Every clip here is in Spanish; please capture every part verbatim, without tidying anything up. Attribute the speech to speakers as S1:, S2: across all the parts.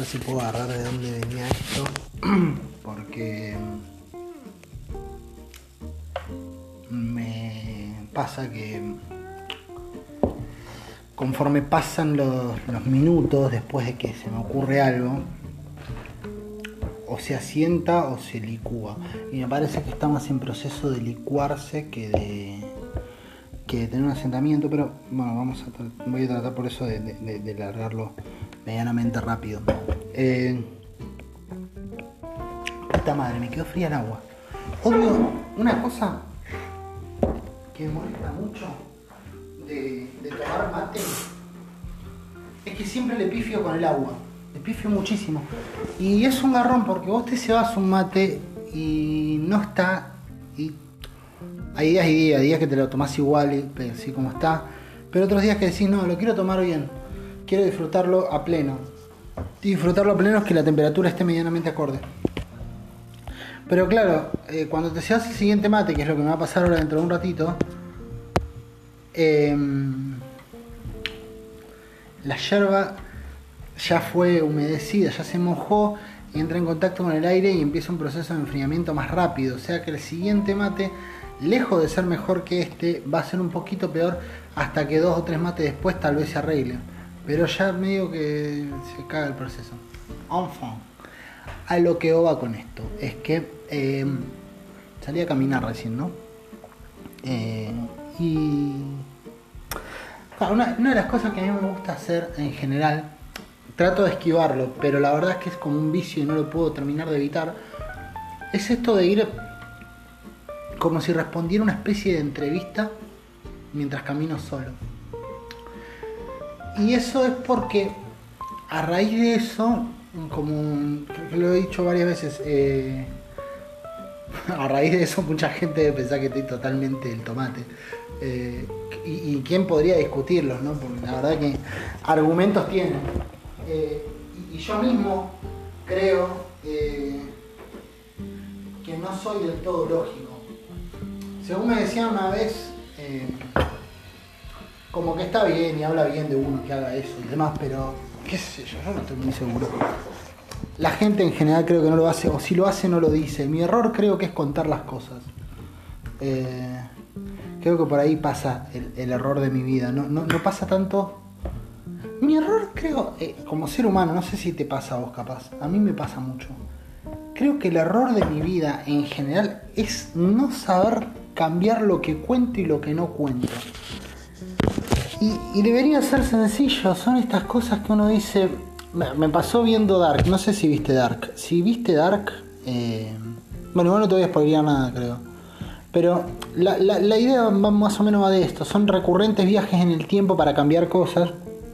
S1: ver si puedo agarrar de dónde venía esto. Porque me pasa que conforme pasan los, los minutos después de que se me ocurre algo, o se asienta o se licúa. Y me parece que está más en proceso de licuarse que de, que de tener un asentamiento. Pero bueno, vamos a voy a tratar por eso de, de, de largarlo medianamente rápido. Eh, puta madre, me quedó fría el agua. Odio una cosa que me molesta mucho de, de tomar mate. Es que siempre le pifio con el agua. Le pifio muchísimo. Y es un garrón porque vos te cebas un mate y no está. Y hay días y días, días que te lo tomás igual, así como está. Pero otros días que decís, no, lo quiero tomar bien. Quiero disfrutarlo a pleno. Y disfrutarlo a pleno es que la temperatura esté medianamente acorde. Pero claro, eh, cuando te cebas el siguiente mate, que es lo que me va a pasar ahora dentro de un ratito, eh, la yerba ya fue humedecida, ya se mojó, y entra en contacto con el aire y empieza un proceso de enfriamiento más rápido. O sea que el siguiente mate, lejos de ser mejor que este, va a ser un poquito peor hasta que dos o tres mates después tal vez se arregle. Pero ya medio que se caga el proceso. Enfin, a lo que va con esto es que eh, salí a caminar recién, ¿no? Eh, y claro, una, una de las cosas que a mí me gusta hacer en general, trato de esquivarlo, pero la verdad es que es como un vicio y no lo puedo terminar de evitar, es esto de ir como si respondiera una especie de entrevista mientras camino solo. Y eso es porque a raíz de eso, como lo he dicho varias veces, eh, a raíz de eso mucha gente debe pensar que estoy totalmente del tomate. Eh, y, y quién podría discutirlos, ¿no? Porque la verdad que argumentos tienen. Eh, y, y yo mismo creo eh, que no soy del todo lógico. Según me decían una vez, eh, como que está bien y habla bien de uno que haga eso y demás, pero qué sé yo, yo no estoy muy seguro. La gente en general creo que no lo hace, o si lo hace no lo dice. Mi error creo que es contar las cosas. Eh, creo que por ahí pasa el, el error de mi vida. No, no, no pasa tanto. Mi error creo, eh, como ser humano, no sé si te pasa a vos capaz, a mí me pasa mucho. Creo que el error de mi vida en general es no saber cambiar lo que cuento y lo que no cuento. Y, y debería ser sencillo, son estas cosas que uno dice. Me, me pasó viendo Dark, no sé si viste Dark. Si viste Dark, eh, bueno, igual no te voy a spoilear nada, creo. Pero la, la, la idea va, más o menos va de esto, son recurrentes viajes en el tiempo para cambiar cosas.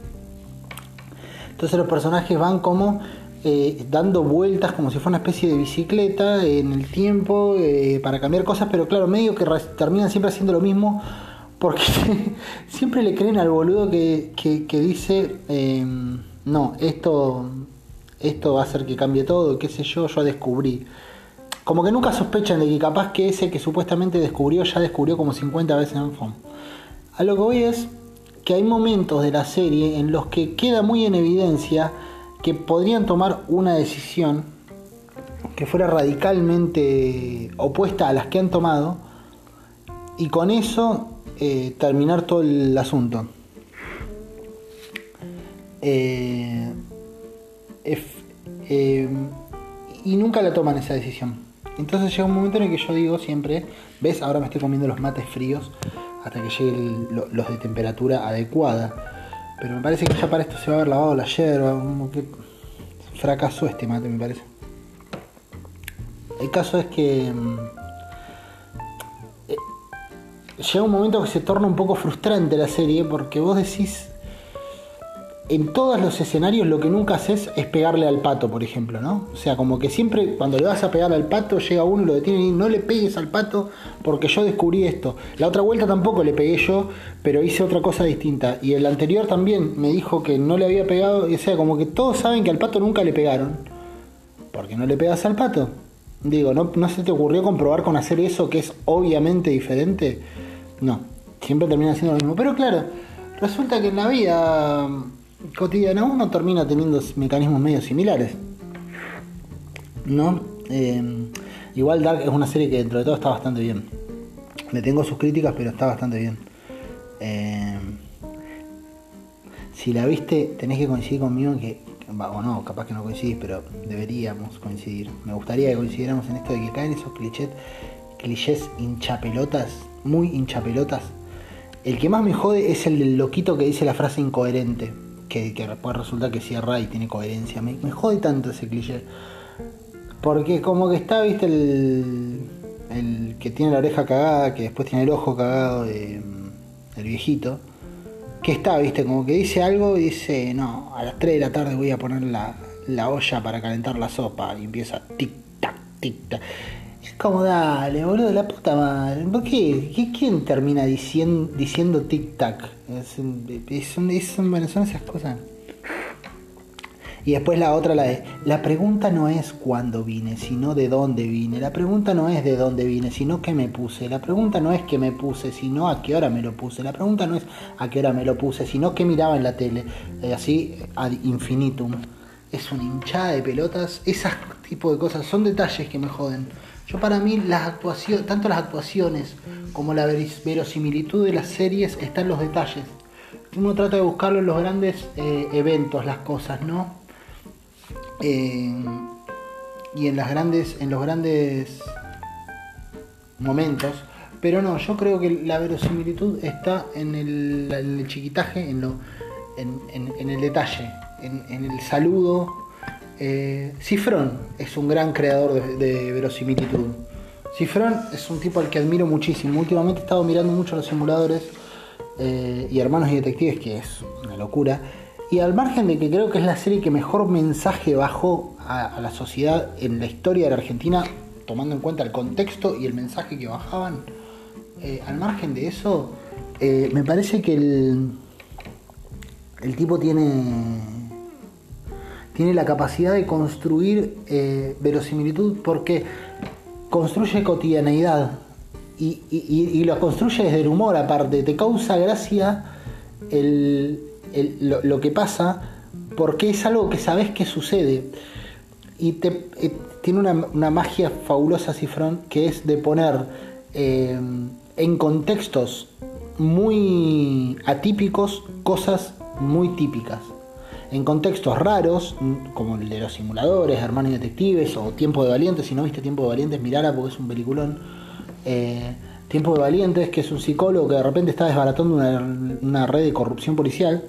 S1: Entonces los personajes van como eh, dando vueltas como si fuera una especie de bicicleta en el tiempo eh, para cambiar cosas, pero claro, medio que terminan siempre haciendo lo mismo porque siempre le creen al boludo que, que, que dice eh, no, esto, esto va a hacer que cambie todo, qué sé yo, yo descubrí. Como que nunca sospechan de que capaz que ese que supuestamente descubrió ya descubrió como cincuenta veces en F O M. A lo que voy es que hay momentos de la serie en los que queda muy en evidencia que podrían tomar una decisión que fuera radicalmente opuesta a las que han tomado y con eso eh, terminar todo el asunto. Eh, eh, eh, y nunca la toman esa decisión. Entonces llega un momento en el que yo digo siempre, ¿ves? Ahora me estoy comiendo los mates fríos hasta que lleguen lo, los de temperatura adecuada. Pero me parece que ya para esto se va a haber lavado la yerba, como que fracasó este mate, me parece. El caso es que eh, llega un momento que se torna un poco frustrante la serie, porque vos decís, en todos los escenarios lo que nunca haces es pegarle al pato, por ejemplo, ¿no? O sea, como que siempre cuando le vas a pegar al pato llega uno y lo detiene y no le pegues al pato porque yo descubrí esto. La otra vuelta tampoco le pegué yo, pero hice otra cosa distinta. Y el anterior también me dijo que no le había pegado. O sea, como que todos saben que al pato nunca le pegaron. ¿Por qué no le pegas al pato? Digo, ¿no, no se te ocurrió comprobar con hacer eso que es obviamente diferente? No, siempre termina siendo lo mismo. Pero claro, resulta que en la vida cotidiana uno termina teniendo mecanismos medio similares, ¿no? Eh, igual Dark es una serie que dentro de todo está bastante bien. Le tengo sus críticas, pero está bastante bien. Eh, si la viste, tenés que coincidir conmigo que, o no, capaz que no coincidís, pero deberíamos coincidir. Me gustaría que coincidiéramos en esto de que caen esos clichés, clichés hinchapelotas, muy hinchapelotas. El que más me jode es el del loquito que dice la frase incoherente, que, que después resulta que cierra y tiene coherencia. Me, me jode tanto ese cliché. Porque como que está, viste, el, el que tiene la oreja cagada, que después tiene el ojo cagado, de, el viejito. Que está, viste, como que dice algo y dice, no, a las tres de la tarde voy a poner la, la olla para calentar la sopa. Y empieza tic-tac, tic-tac. Es como, dale, boludo, de la puta madre. ¿Por qué? ¿Qué ¿Quién termina diciendo, diciendo tic-tac? Es, es, es, bueno, son esas cosas. Y después la otra, la de, la pregunta no es cuándo vine, sino de dónde vine. La pregunta no es de dónde vine, sino qué me puse. La pregunta no es qué me puse, sino a qué hora me lo puse. La pregunta no es a qué hora me lo puse, sino qué miraba en la tele. Eh, así, ad infinitum. Es una hinchada de pelotas. Esas tipo de cosas son detalles que me joden. Yo para mí, las actuaciones, tanto las actuaciones como la verosimilitud de las series está en los detalles. Uno trata de buscarlo en los grandes eh, eventos, las cosas, ¿no? Eh, y en las grandes, en los grandes momentos, pero no, yo creo que la verosimilitud está en el, en el chiquitaje, en lo, en, en, en el detalle, en, en el saludo. Eh, Cifrón es un gran creador de, de verosimilitud. Cifrón es un tipo al que admiro muchísimo. Últimamente he estado mirando mucho los simuladores eh, y Hermanos y Detectives, que es una locura. Y al margen de que creo que es la serie que mejor mensaje bajó a, a la sociedad en la historia de la Argentina, tomando en cuenta el contexto y el mensaje que bajaban, eh, al margen de eso, eh, me parece que el, el tipo tiene, tiene la capacidad de construir eh, verosimilitud, porque construye cotidianeidad y, y, y lo construye desde el humor. Aparte, te causa gracia el... El, lo, lo que pasa, porque es algo que sabes que sucede y te, eh, tiene una, una magia fabulosa, Cifrón, que es de poner eh, en contextos muy atípicos cosas muy típicas, en contextos raros como el de los simuladores, Hermanos y Detectives o Tiempo de Valientes. Si no viste Tiempo de Valientes, mirala porque es un peliculón. eh, Tiempo de Valientes, que es un psicólogo que de repente está desbaratando una, una red de corrupción policial.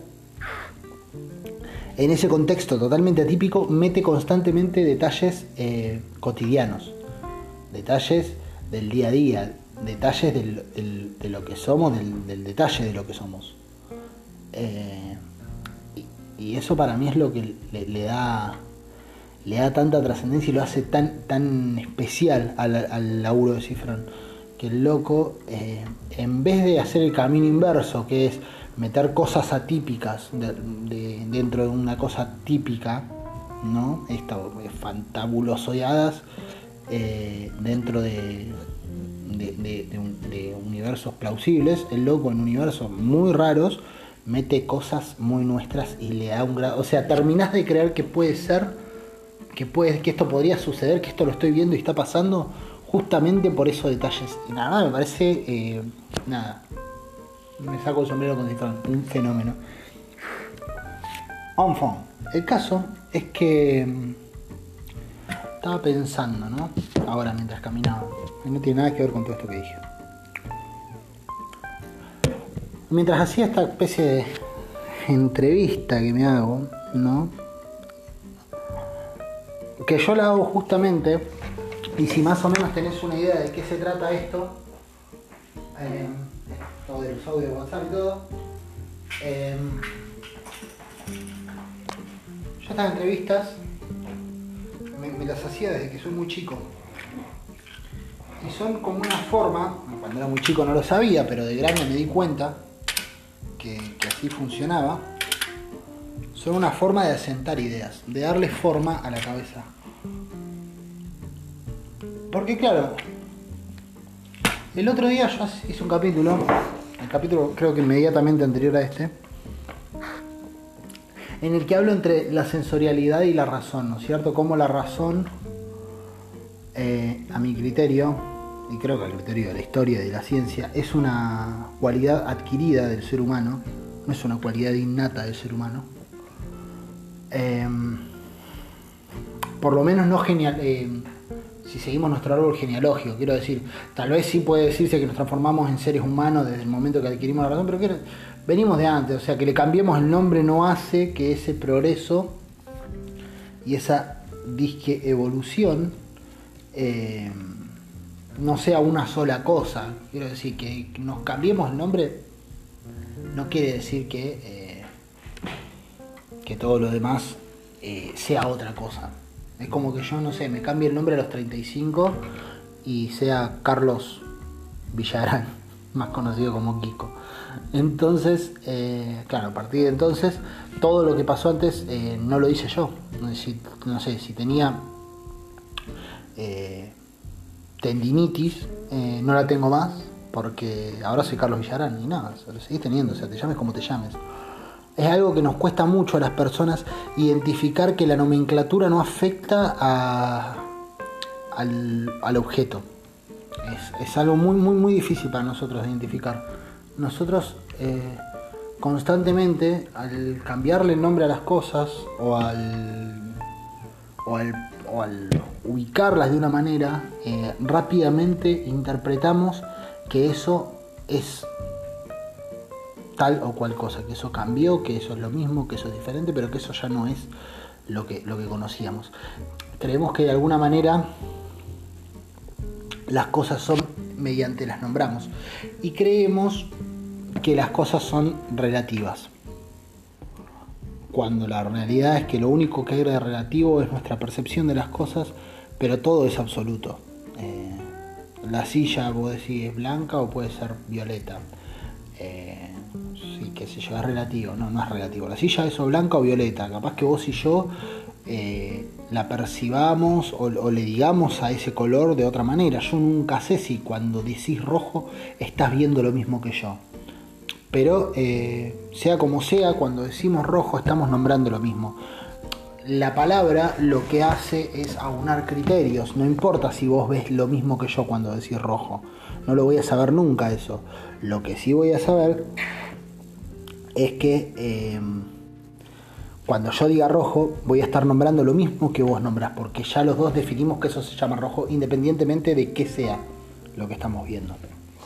S1: En ese contexto totalmente atípico, mete constantemente detalles eh, cotidianos, detalles del día a día, detalles del, del, de lo que somos, del, del detalle de lo que somos. Eh, y, y eso para mí es lo que le, le da le da tanta trascendencia y lo hace tan, tan especial al, al laburo de Cifrón. Que el loco, eh, en vez de hacer el camino inverso, que es meter cosas atípicas de, de, dentro de una cosa típica, ¿no? Esto es fantabulosoidadas eh, dentro de, de, de, de, un, de universos plausibles. El loco en universos muy raros mete cosas muy nuestras y le da un grado, o sea, terminás de creer que puede ser, que puede, que esto podría suceder, que esto lo estoy viendo y está pasando, justamente por esos detalles. Y nada, me parece eh, nada. Me saco el sombrero con Cifrón, un fenómeno. Enfant, el caso es que estaba pensando, ¿no? Ahora mientras caminaba, y no tiene nada que ver con todo esto que dije. Mientras hacía esta especie de entrevista que me hago, ¿no? Que yo la hago justamente, y si más o menos tenés una idea de qué se trata esto, eh, todo de los audios de WhatsApp y todo, eh, yo estas entrevistas me, me las hacía desde que soy muy chico. Y son como una forma, cuando era muy chico no lo sabía, pero de grande me di cuenta que, que así funcionaba. Son una forma de asentar ideas, de darle forma a la cabeza. Porque claro, el otro día yo hice un capítulo, el capítulo creo que inmediatamente anterior a este, en el que hablo entre la sensorialidad y la razón, ¿no es cierto? Cómo la razón, eh, a mi criterio, y creo que al criterio de la historia y de la ciencia, es una cualidad adquirida del ser humano, no es una cualidad innata del ser humano. Eh, por lo menos no genial, eh, si seguimos nuestro árbol genealógico, quiero decir, tal vez sí puede decirse que nos transformamos en seres humanos desde el momento que adquirimos la razón, pero quiero, venimos de antes, o sea, que le cambiemos el nombre no hace que ese progreso y esa disque evolución eh, no sea una sola cosa. Quiero decir, que nos cambiemos el nombre no quiere decir que, eh, que todo lo demás eh, sea otra cosa. Es como que yo, no sé, me cambie el nombre a los treinta y cinco y sea Carlos Villarán, más conocido como Kiko. Entonces, eh, claro, a partir de entonces, todo lo que pasó antes eh, no lo hice yo. No sé si, no sé, si tenía eh, tendinitis, eh, no la tengo más, porque ahora soy Carlos Villarán y nada, lo seguís teniendo, o sea, te llames como te llames. Es algo que nos cuesta mucho a las personas identificar que la nomenclatura no afecta a, al, al objeto. Es, es algo muy, muy, muy difícil para nosotros de identificar. Nosotros eh, constantemente, al cambiarle el nombre a las cosas o al, o al, o al ubicarlas de una manera, eh, rápidamente interpretamos que eso es tal o cual cosa, que eso cambió, que eso es lo mismo, que eso es diferente, pero que eso ya no es lo que, lo que conocíamos. Creemos que de alguna manera las cosas son mediante las nombramos y creemos que las cosas son relativas, cuando la realidad es que lo único que hay de relativo es nuestra percepción de las cosas, pero todo es absoluto. Eh, la silla, vos decís, es blanca o puede ser violeta. Eh, sí, qué sé yo, es relativo, no, no es relativo. La silla es o blanca o violeta. Capaz que vos y yo eh, la percibamos o, o le digamos a ese color de otra manera. Yo nunca sé si cuando decís rojo estás viendo lo mismo que yo. Pero eh, sea como sea, cuando decimos rojo estamos nombrando lo mismo. La palabra lo que hace es aunar criterios. No importa si vos ves lo mismo que yo cuando decís rojo. No lo voy a saber nunca eso. Lo que sí voy a saber es que eh, cuando yo diga rojo voy a estar nombrando lo mismo que vos nombrás, porque ya los dos definimos que eso se llama rojo independientemente de qué sea lo que estamos viendo.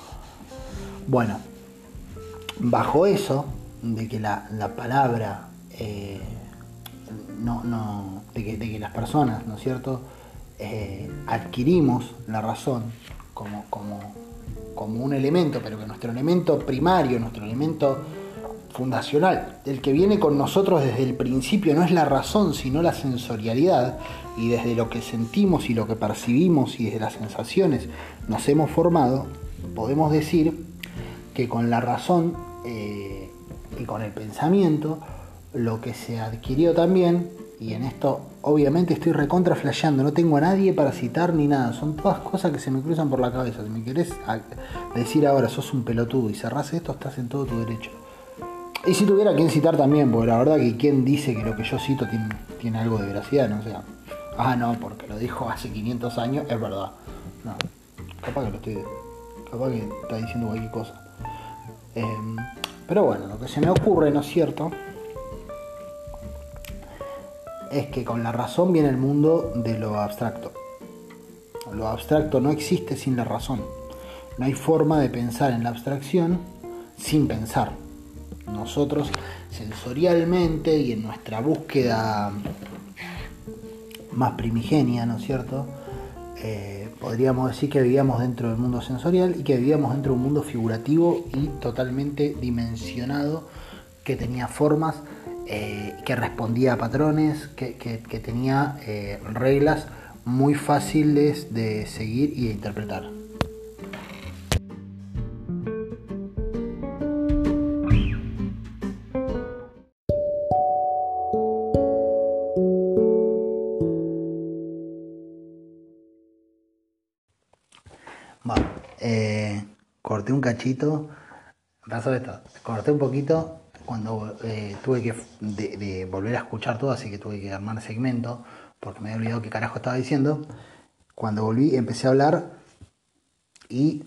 S1: Bueno, bajo eso de que la, la palabra eh, no, no, de que, de que las personas, ¿no es cierto?, eh, adquirimos la razón como, como, como un elemento, pero que nuestro elemento primario, nuestro elemento fundacional, el que viene con nosotros desde el principio, no es la razón, sino la sensorialidad, y desde lo que sentimos y lo que percibimos y desde las sensaciones nos hemos formado, podemos decir que con la razón eh, y con el pensamiento, lo que se adquirió también, y en esto obviamente estoy recontra flasheando, no tengo a nadie para citar ni nada, son todas cosas que se me cruzan por la cabeza. Si me querés decir ahora sos un pelotudo y cerrás esto, estás en todo tu derecho. Y si tuviera quien citar también, porque la verdad que quien dice que lo que yo cito tiene, tiene algo de veracidad, no, o sea, ah no, porque lo dijo hace quinientos años, es verdad. No, capaz que lo estoy, capaz que está diciendo cualquier cosa. Eh, pero bueno, lo que se me ocurre, ¿no es cierto?, es que con la razón viene el mundo de lo abstracto. Lo abstracto no existe sin la razón. No hay forma de pensar en la abstracción sin pensar. Nosotros sensorialmente y en nuestra búsqueda más primigenia, ¿no es cierto?, eh, podríamos decir que vivíamos dentro del mundo sensorial y que vivíamos dentro de un mundo figurativo y totalmente dimensionado, que tenía formas, eh, que respondía a patrones, que, que, que tenía eh, reglas muy fáciles de seguir y de interpretar. Bueno, eh, corté un cachito, pasó esto, corté un poquito cuando eh, tuve que de, de volver a escuchar todo, así que tuve que armar segmento, porque me había olvidado qué carajo estaba diciendo. Cuando volví empecé a hablar y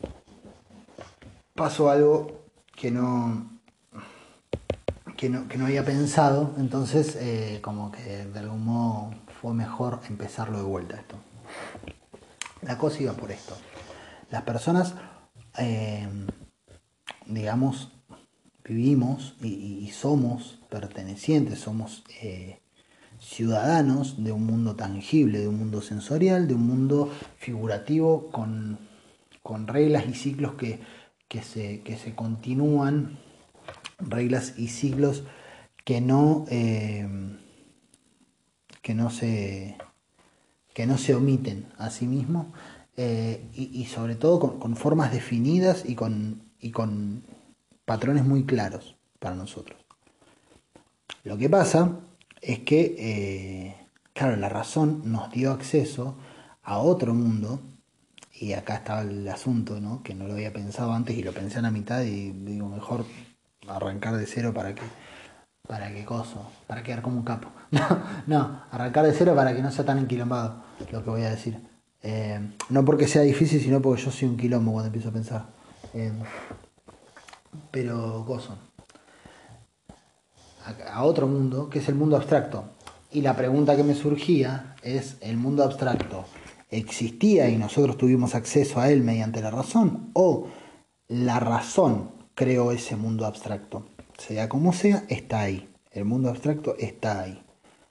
S1: pasó algo que no, que no, que no había pensado, entonces eh, como que de algún modo fue mejor empezarlo de vuelta esto. La cosa iba por esto. Las personas, eh, digamos, vivimos y, y somos pertenecientes, somos eh, ciudadanos de un mundo tangible, de un mundo sensorial, de un mundo figurativo con, con reglas y ciclos que, que, se, que se continúan, reglas y ciclos que no, eh, que no se que no se omiten a sí mismos eh, y, y sobre todo con, con formas definidas y con, y con patrones muy claros para nosotros. Lo que pasa es que, eh, claro, la razón nos dio acceso a otro mundo, y acá estaba el asunto, ¿no? Que no lo había pensado antes y lo pensé a la mitad y digo, mejor arrancar de cero para que, para que coso, para quedar como un capo. No, no, arrancar de cero para que no sea tan enquilombado lo que voy a decir. Eh, no porque sea difícil, sino porque yo soy un quilombo cuando empiezo a pensar. Eh, pero coso. A otro mundo, que es el mundo abstracto. Y la pregunta que me surgía es, ¿el mundo abstracto existía y nosotros tuvimos acceso a él mediante la razón? ¿O la razón creó ese mundo abstracto? Sea como sea, está ahí. El mundo abstracto está ahí.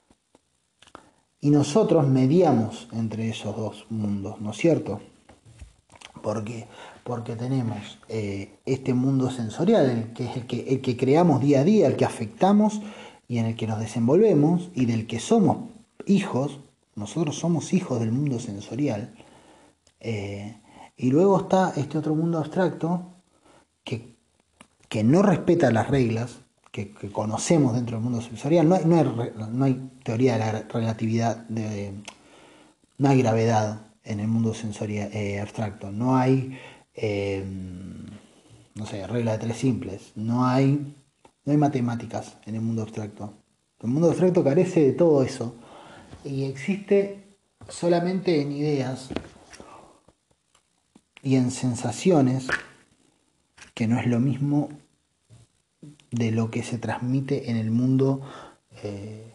S1: Y nosotros mediamos entre esos dos mundos, ¿no es cierto? ¿Por qué? Porque tenemos eh, este mundo sensorial, el que es el que, el que creamos día a día, el que afectamos y en el que nos desenvolvemos y del que somos hijos. Nosotros somos hijos del mundo sensorial. Eh, y luego está este otro mundo abstracto que, que no respeta las reglas que, que conocemos dentro del mundo sensorial. No hay, no hay, no hay teoría de la relatividad, de, no hay gravedad en el mundo sensorial eh, abstracto. No hay... Eh, no sé, regla de tres simples. No hay, no hay matemáticas en el mundo abstracto. El mundo abstracto carece de todo eso y existe solamente en ideas y en sensaciones, que no es lo mismo de lo que se transmite en el mundo eh,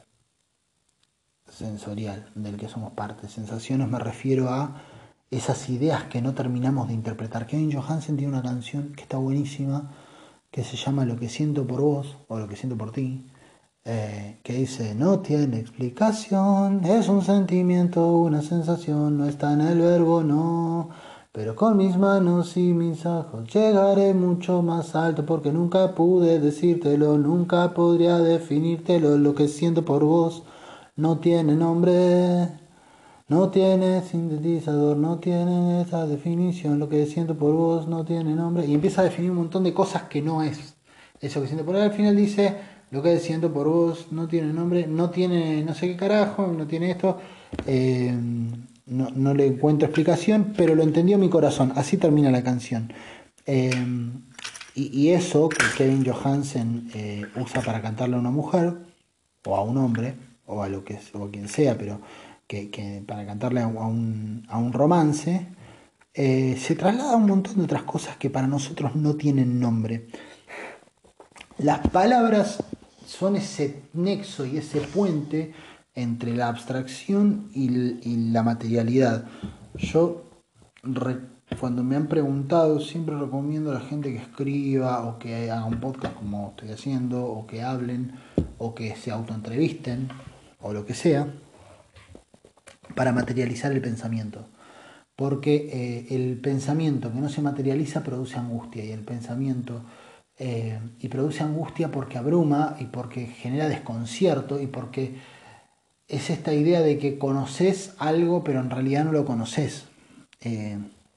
S1: sensorial, del que somos parte. Sensaciones me refiero a esas ideas que no terminamos de interpretar. Kevin Johansen tiene una canción que está buenísima, que se llama Lo que siento por vos, o Lo que siento por ti, eh, que dice, no tiene explicación, es un sentimiento, una sensación, no está en el verbo, no, pero con mis manos y mis ojos llegaré mucho más alto, porque nunca pude decírtelo, nunca podría definírtelo, lo que siento por vos no tiene nombre. No tiene sintetizador, no tiene esa definición, lo que siento por vos no tiene nombre. Y empieza a definir un montón de cosas que no es eso que siento por él. Al final dice, lo que siento por vos no tiene nombre, no tiene no sé qué carajo, no tiene esto. Eh, no, no le encuentro explicación, pero lo entendió mi corazón. Así termina la canción. Eh, y, y eso que Kevin Johansen eh, usa para cantarle a una mujer, o a un hombre, o a lo que o a quien sea, pero que, que para cantarle a un, a un romance, eh, se traslada a un montón de otras cosas que para nosotros no tienen nombre. Las palabras son ese nexo y ese puente entre la abstracción y, y la materialidad. Yo, re, cuando me han preguntado, siempre recomiendo a la gente que escriba o que haga un podcast como estoy haciendo, o que hablen, o que se autoentrevisten, o lo que sea, para materializar el pensamiento. Porque eh, el pensamiento que no se materializa produce angustia, y el pensamiento eh, y produce angustia porque abruma y porque genera desconcierto y porque es esta idea de que conoces algo pero en realidad no lo conoces. Eh,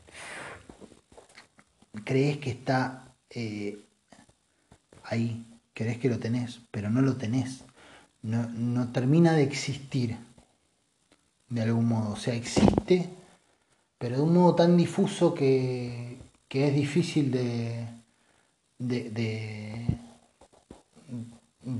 S1: crees que está eh, ahí, crees que lo tenés, pero no lo tenés. No, no termina de existir de algún modo. O sea, existe, pero de un modo tan difuso que, que es difícil de, de, de,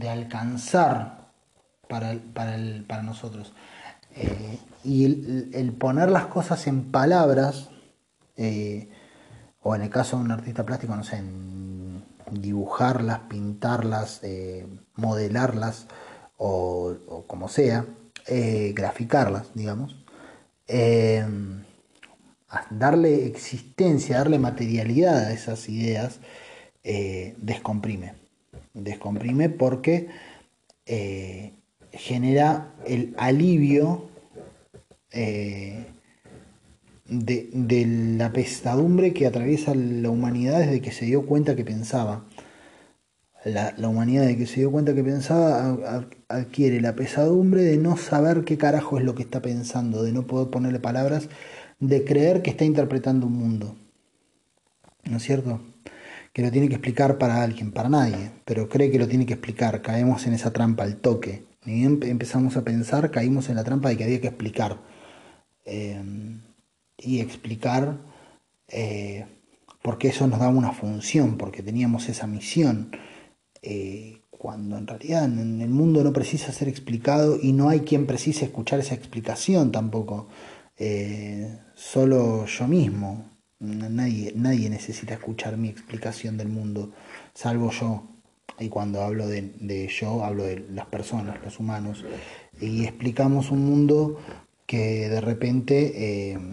S1: de alcanzar para, el- para, el- para nosotros. Eh, y el, el poner las cosas en palabras, eh, o en el caso de un artista plástico, no sé, en dibujarlas, pintarlas, eh, modelarlas, o, o como sea, eh, graficarlas, digamos, eh, darle existencia, darle materialidad a esas ideas, eh, descomprime. Descomprime porque eh, genera el alivio eh, de, de la pesadumbre que atraviesa la humanidad desde que se dio cuenta que pensaba. La, la humanidad desde que se dio cuenta que pensaba a- a- adquiere la pesadumbre de no saber qué carajo es lo que está pensando, de no poder ponerle palabras, de creer que está interpretando un mundo. ¿No es cierto? Que lo tiene que explicar para alguien, para nadie, pero cree que lo tiene que explicar. Caemos en esa trampa al toque. Ni bien empezamos a pensar, caímos en la trampa de que había que explicar. Eh, y explicar eh, porque eso nos daba una función, porque teníamos esa misión. Eh, cuando en realidad en el mundo no precisa ser explicado y no hay quien precise escuchar esa explicación tampoco. Eh, solo yo mismo. Nadie, nadie necesita escuchar mi explicación del mundo, salvo yo. Y cuando hablo de, de yo, hablo de las personas, los humanos. Y explicamos un mundo que de repente eh,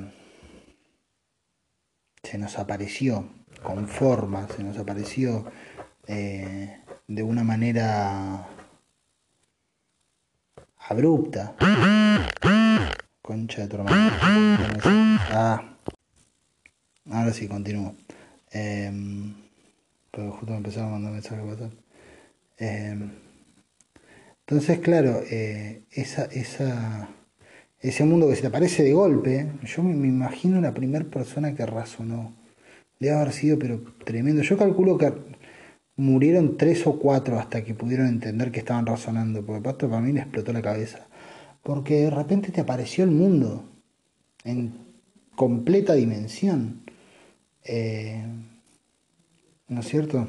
S1: se nos apareció con forma, se nos apareció eh, de una manera abrupta. Concha de tu hermano. Ah, ahora sí, continúo. Eh, pero justo me empezaron a mandar mensajes de WhatsApp. Eh, entonces, claro, eh, esa, esa, ese mundo que se te aparece de golpe, yo me, me imagino la primera persona que razonó. Debe haber sido, pero tremendo. Yo calculo que murieron tres o cuatro hasta que pudieron entender que estaban razonando, porque Pasto para mí le explotó la cabeza. Porque de repente te apareció el mundo en completa dimensión. Eh, ¿No es cierto?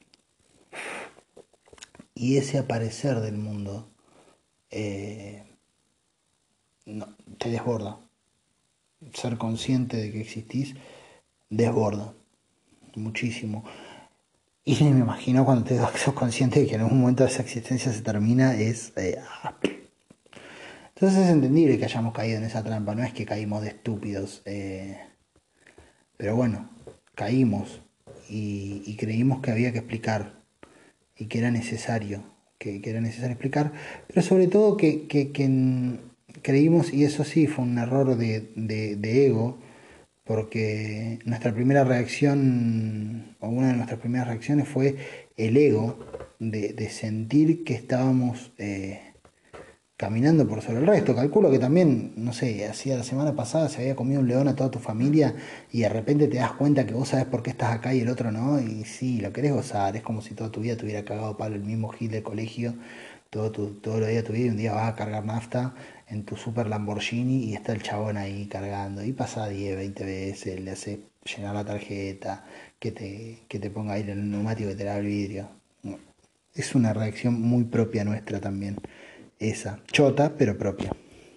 S1: Y ese aparecer del mundo eh, no, te desborda. Ser consciente de que existís desborda muchísimo. Y me imagino cuando te sos consciente de que en algún momento esa existencia se termina, es... Eh, entonces es entendible que hayamos caído en esa trampa, no es que caímos de estúpidos. Eh, pero bueno, caímos y, y creímos que había que explicar y que era necesario, que, que era necesario explicar, pero sobre todo que, que, que creímos, y eso sí fue un error de, de, de ego, porque nuestra primera reacción, o una de nuestras primeras reacciones fue el ego, de, de sentir que estábamos eh, caminando por sobre el resto. Calculo que también, no sé, hacía la semana pasada se había comido un león a toda tu familia y de repente te das cuenta que vos sabés por qué estás acá y el otro no, y sí, lo querés gozar, es como si toda tu vida te hubiera cagado palo el mismo gil del colegio, todo tu, todos los días de tu vida, y un día vas a cargar nafta en tu super Lamborghini y está el chabón ahí cargando, y pasa diez veinte veces, le hace llenar la tarjeta, que te, que te ponga aire en el neumático, que te lave el vidrio. Es una reacción muy propia nuestra también. Esa, chota, pero propia.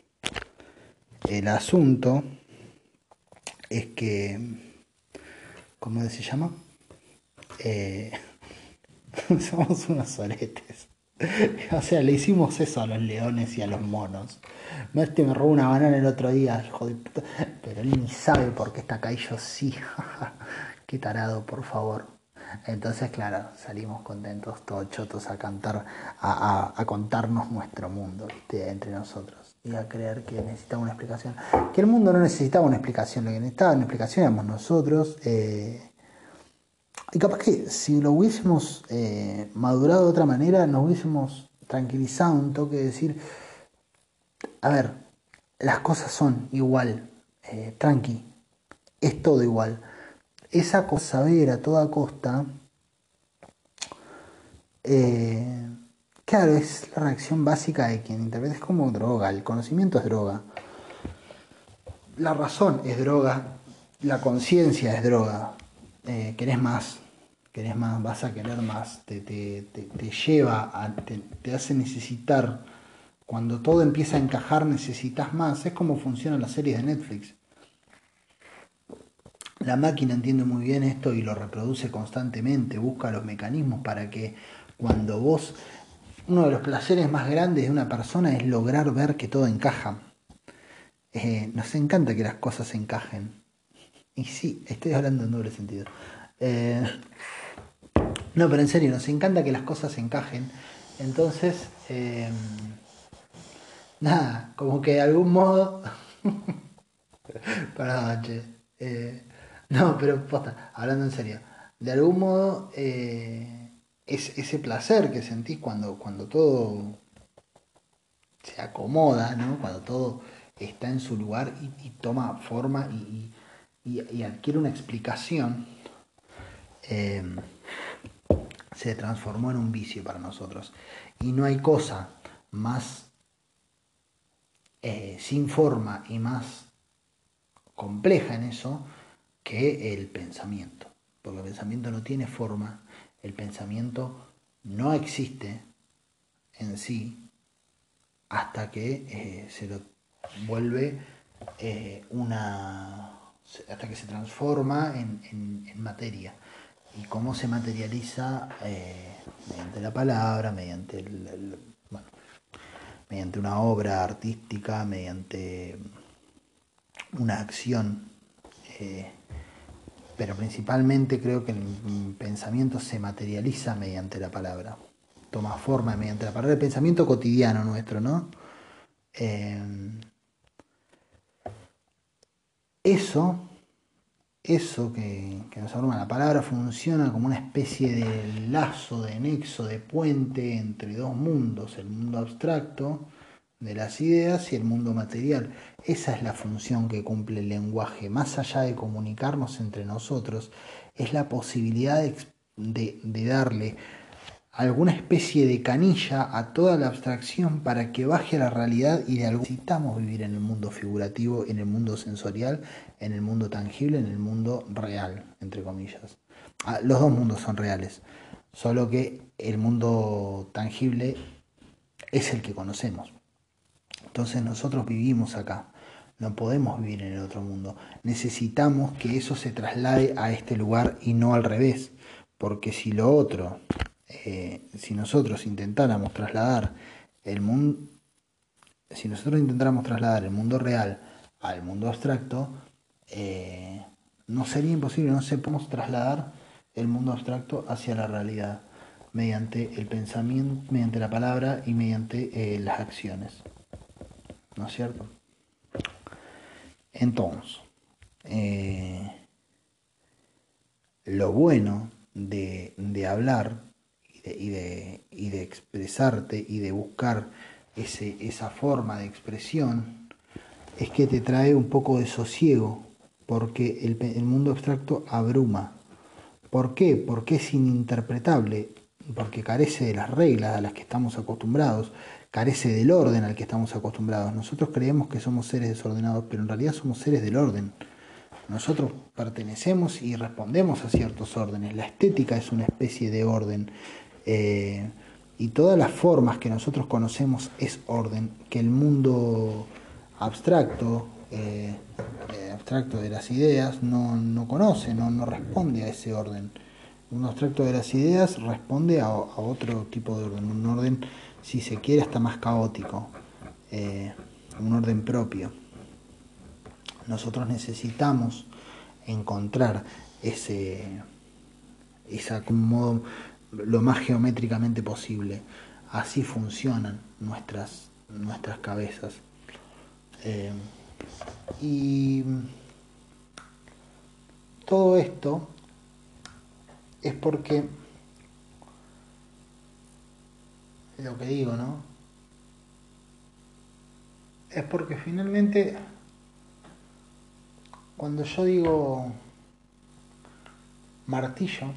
S1: El asunto es que, ¿cómo se llama? Eh, somos unos soretes. O sea, le hicimos eso a los leones y a los monos. No, este me robó una banana el otro día, hijo de puta. Pero él ni sabe por qué está acá y yo sí. Qué tarado, por favor. Entonces, claro, salimos contentos, todos chotos, a cantar, a, a, a contarnos nuestro mundo, ¿viste? Entre nosotros. Y a creer que necesitaba una explicación. Que el mundo no necesitaba una explicación, lo que necesitaba una explicación éramos nosotros. Eh, y capaz que si lo hubiésemos eh, madurado de otra manera, nos hubiésemos tranquilizado un toque de decir, a ver, las cosas son igual, eh, tranqui, es todo igual. Esa cosa saber a toda costa, eh, claro, es la reacción básica de quien interpreta, es como droga, el conocimiento es droga, la razón es droga, la conciencia es droga, eh, querés más, querés más, vas a querer más, te, te, te, te lleva, a, te, te hace necesitar, cuando todo empieza a encajar necesitas más, es como funcionan las series de Netflix. La máquina entiende muy bien esto y lo reproduce constantemente, busca los mecanismos para que cuando vos, uno de los placeres más grandes de una persona es lograr ver que todo encaja. Eh, nos encanta que las cosas encajen. Y sí, estoy hablando en doble sentido. Eh, no, pero en serio, nos encanta que las cosas encajen. Entonces, eh, nada, como que de algún modo... Perdón, che. Eh, no, pero posta, hablando en serio. De algún modo, eh, es ese placer que sentís cuando, cuando todo se acomoda, ¿no? Cuando todo está en su lugar y, y toma forma y, y, y, adquiere una explicación, eh, se transformó en un vicio para nosotros. Y no hay cosa más eh, sin forma y más compleja en eso que el pensamiento. Porque el pensamiento no tiene forma, el pensamiento no existe en sí hasta que eh, se lo vuelve eh, una... hasta que se transforma en, en, en materia. Y cómo se materializa eh, mediante la palabra, mediante el, el, bueno, mediante una obra artística, mediante una acción. Eh, pero principalmente creo que el pensamiento se materializa mediante la palabra. Toma forma mediante la palabra, el pensamiento cotidiano nuestro, ¿no? Eh, eso, eso que, que nos forma la palabra funciona como una especie de lazo, de nexo, de puente entre dos mundos, el mundo abstracto de las ideas y el mundo material. Esa es la función que cumple el lenguaje, más allá de comunicarnos entre nosotros, es la posibilidad de, de, de darle alguna especie de canilla a toda la abstracción para que baje a la realidad y de algo necesitamos vivir en el mundo figurativo, en el mundo sensorial, en el mundo tangible, en el mundo real, entre comillas. Ah, los dos mundos son reales, solo que el mundo tangible es el que conocemos. Entonces nosotros vivimos acá, no podemos vivir en el otro mundo. Necesitamos que eso se traslade a este lugar y no al revés, porque si lo otro, eh, si nosotros intentáramos trasladar el mundo, si nosotros intentáramos trasladar el mundo real al mundo abstracto, eh, no sería imposible, no se podemos trasladar el mundo abstracto hacia la realidad mediante el pensamiento, mediante la palabra y mediante eh, las acciones. ¿No es cierto? Entonces, eh, lo bueno de, de hablar y de, y, de, y de expresarte y de buscar ese, esa forma de expresión es que te trae un poco de sosiego, porque el, el mundo abstracto abruma. ¿Por qué? Porque es ininterpretable, porque carece de las reglas a las que estamos acostumbrados, carece del orden al que estamos acostumbrados. Nosotros creemos que somos seres desordenados, pero en realidad somos seres del orden. Nosotros pertenecemos y respondemos a ciertos órdenes. La estética es una especie de orden. Eh, y todas las formas que nosotros conocemos es orden, que el mundo abstracto, eh, eh, abstracto de las ideas, no, no conoce, no, no responde a ese orden. Un abstracto de las ideas responde a, a otro tipo de orden, un orden, si se quiere, hasta más caótico, eh, un orden propio. Nosotros necesitamos encontrar ese, ese acomodo lo más geométricamente posible. Así funcionan nuestras, nuestras cabezas. Eh, y todo esto es porque, lo que digo, ¿no? Es porque finalmente, cuando yo digo martillo,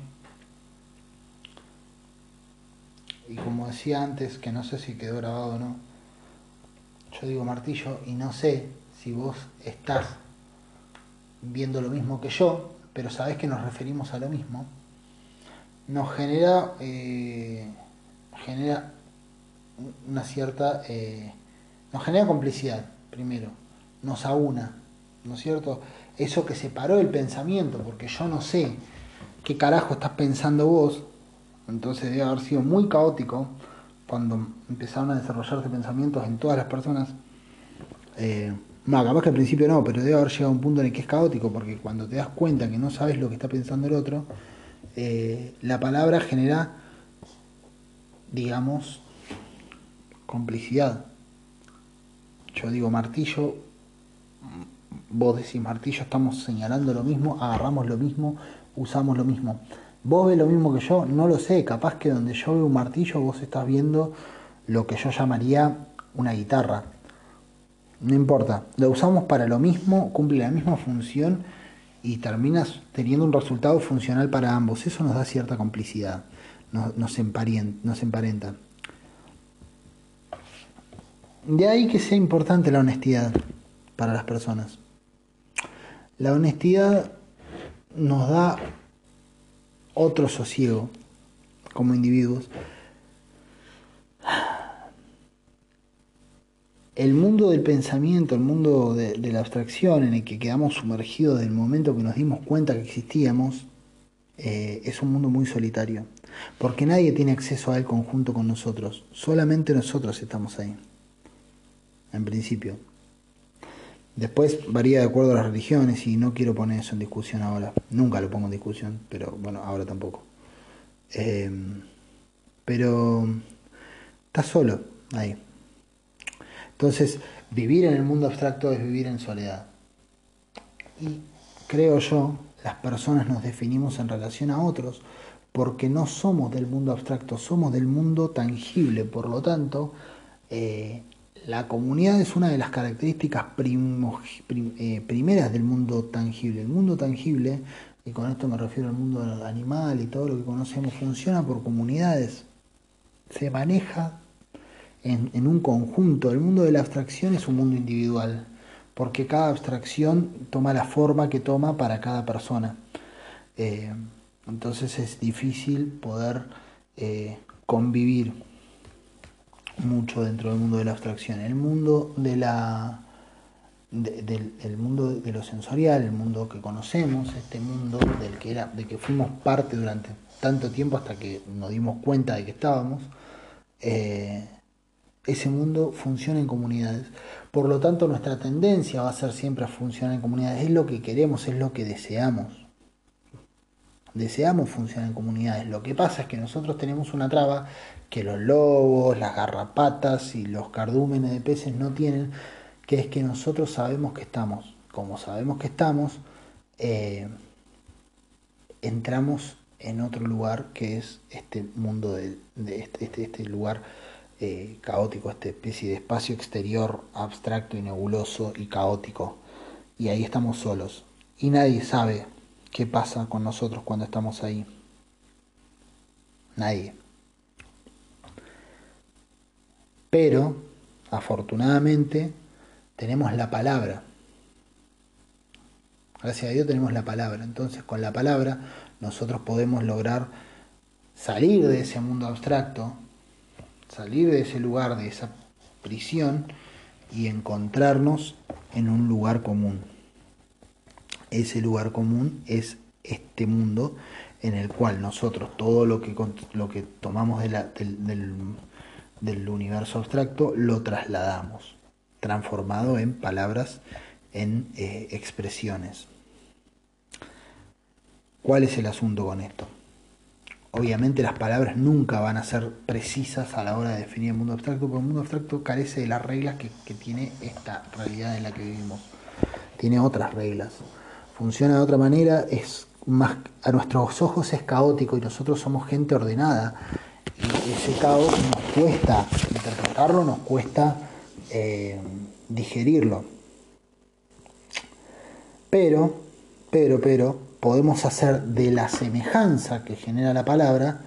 S1: y como decía antes, que no sé si quedó grabado o no, yo digo martillo y no sé si vos estás viendo lo mismo que yo, pero sabés que nos referimos a lo mismo. nos genera, eh, genera una cierta, eh, nos genera complicidad, primero, nos aúna, ¿no es cierto? Eso que separó el pensamiento, porque yo no sé qué carajo estás pensando vos, entonces debe haber sido muy caótico cuando empezaron a desarrollarse pensamientos en todas las personas. Eh, no, capaz que al principio no, pero debe haber llegado a un punto en el que es caótico, porque cuando te das cuenta que no sabes lo que está pensando el otro, eh, la palabra genera, digamos, complicidad. Yo digo martillo, vos decís martillo, estamos señalando lo mismo, agarramos lo mismo, usamos lo mismo. Vos ves lo mismo que yo, no lo sé, capaz que donde yo veo un martillo vos estás viendo lo que yo llamaría una guitarra. No importa, lo usamos para lo mismo, cumple la misma función y terminas teniendo un resultado funcional para ambos. Eso nos da cierta complicidad, nos, nos, emparien, nos emparenta. De ahí que sea importante la honestidad para las personas. La honestidad nos da otro sosiego como individuos. El mundo del pensamiento, el mundo de, de la abstracción en el que quedamos sumergidos desde el momento que nos dimos cuenta que existíamos, eh, es un mundo muy solitario, porque nadie tiene acceso a él conjunto con nosotros, solamente nosotros estamos ahí, en principio. Después varía de acuerdo a las religiones y no quiero poner eso en discusión ahora, nunca lo pongo en discusión, pero bueno, ahora tampoco. Eh, pero estás solo ahí. Entonces, vivir en el mundo abstracto es vivir en soledad. Y creo yo, las personas nos definimos en relación a otros porque no somos del mundo abstracto, somos del mundo tangible. Por lo tanto, eh, la comunidad es una de las características primos, prim, eh, primeras del mundo tangible. El mundo tangible, y con esto me refiero al mundo animal y todo lo que conocemos, funciona por comunidades. Se maneja En, en un conjunto. El mundo de la abstracción es un mundo individual, porque cada abstracción toma la forma que toma para cada persona. Eh, entonces es difícil poder eh, convivir mucho dentro del mundo de la abstracción. El mundo de la de, del el mundo de lo sensorial, el mundo que conocemos, este mundo del que era, de que fuimos parte durante tanto tiempo hasta que nos dimos cuenta de que estábamos. Eh, ese mundo funciona en comunidades. Por lo tanto, nuestra tendencia va a ser siempre a funcionar en comunidades. Es lo que queremos, es lo que deseamos. Deseamos funcionar en comunidades. Lo que pasa es que nosotros tenemos una traba que los lobos, las garrapatas y los cardúmenes de peces no tienen, que es que nosotros sabemos que estamos. Como sabemos que estamos, eh, entramos en otro lugar que es este mundo de, de este, este, este lugar Eh, caótico, esta especie de espacio exterior abstracto y nebuloso y caótico. Y ahí estamos solos. Y nadie sabe qué pasa con nosotros cuando estamos ahí. Nadie. Pero, afortunadamente, tenemos la palabra. Gracias a Dios tenemos la palabra. Entonces, con la palabra, nosotros podemos lograr salir de ese mundo abstracto, salir de ese lugar, de esa prisión y encontrarnos en un lugar común. Ese lugar común es este mundo en el cual nosotros todo lo que, lo que tomamos de la, del, del, del universo abstracto lo trasladamos, transformado en palabras, en eh, expresiones. ¿Cuál es el asunto con esto? Obviamente las palabras nunca van a ser precisas a la hora de definir el mundo abstracto, porque el mundo abstracto carece de las reglas que, que tiene esta realidad en la que vivimos. Tiene otras reglas. Funciona de otra manera, es más, a nuestros ojos es caótico y nosotros somos gente ordenada. Y ese caos nos cuesta interpretarlo, nos cuesta eh, digerirlo. Pero, pero, pero, podemos hacer de la semejanza que genera la palabra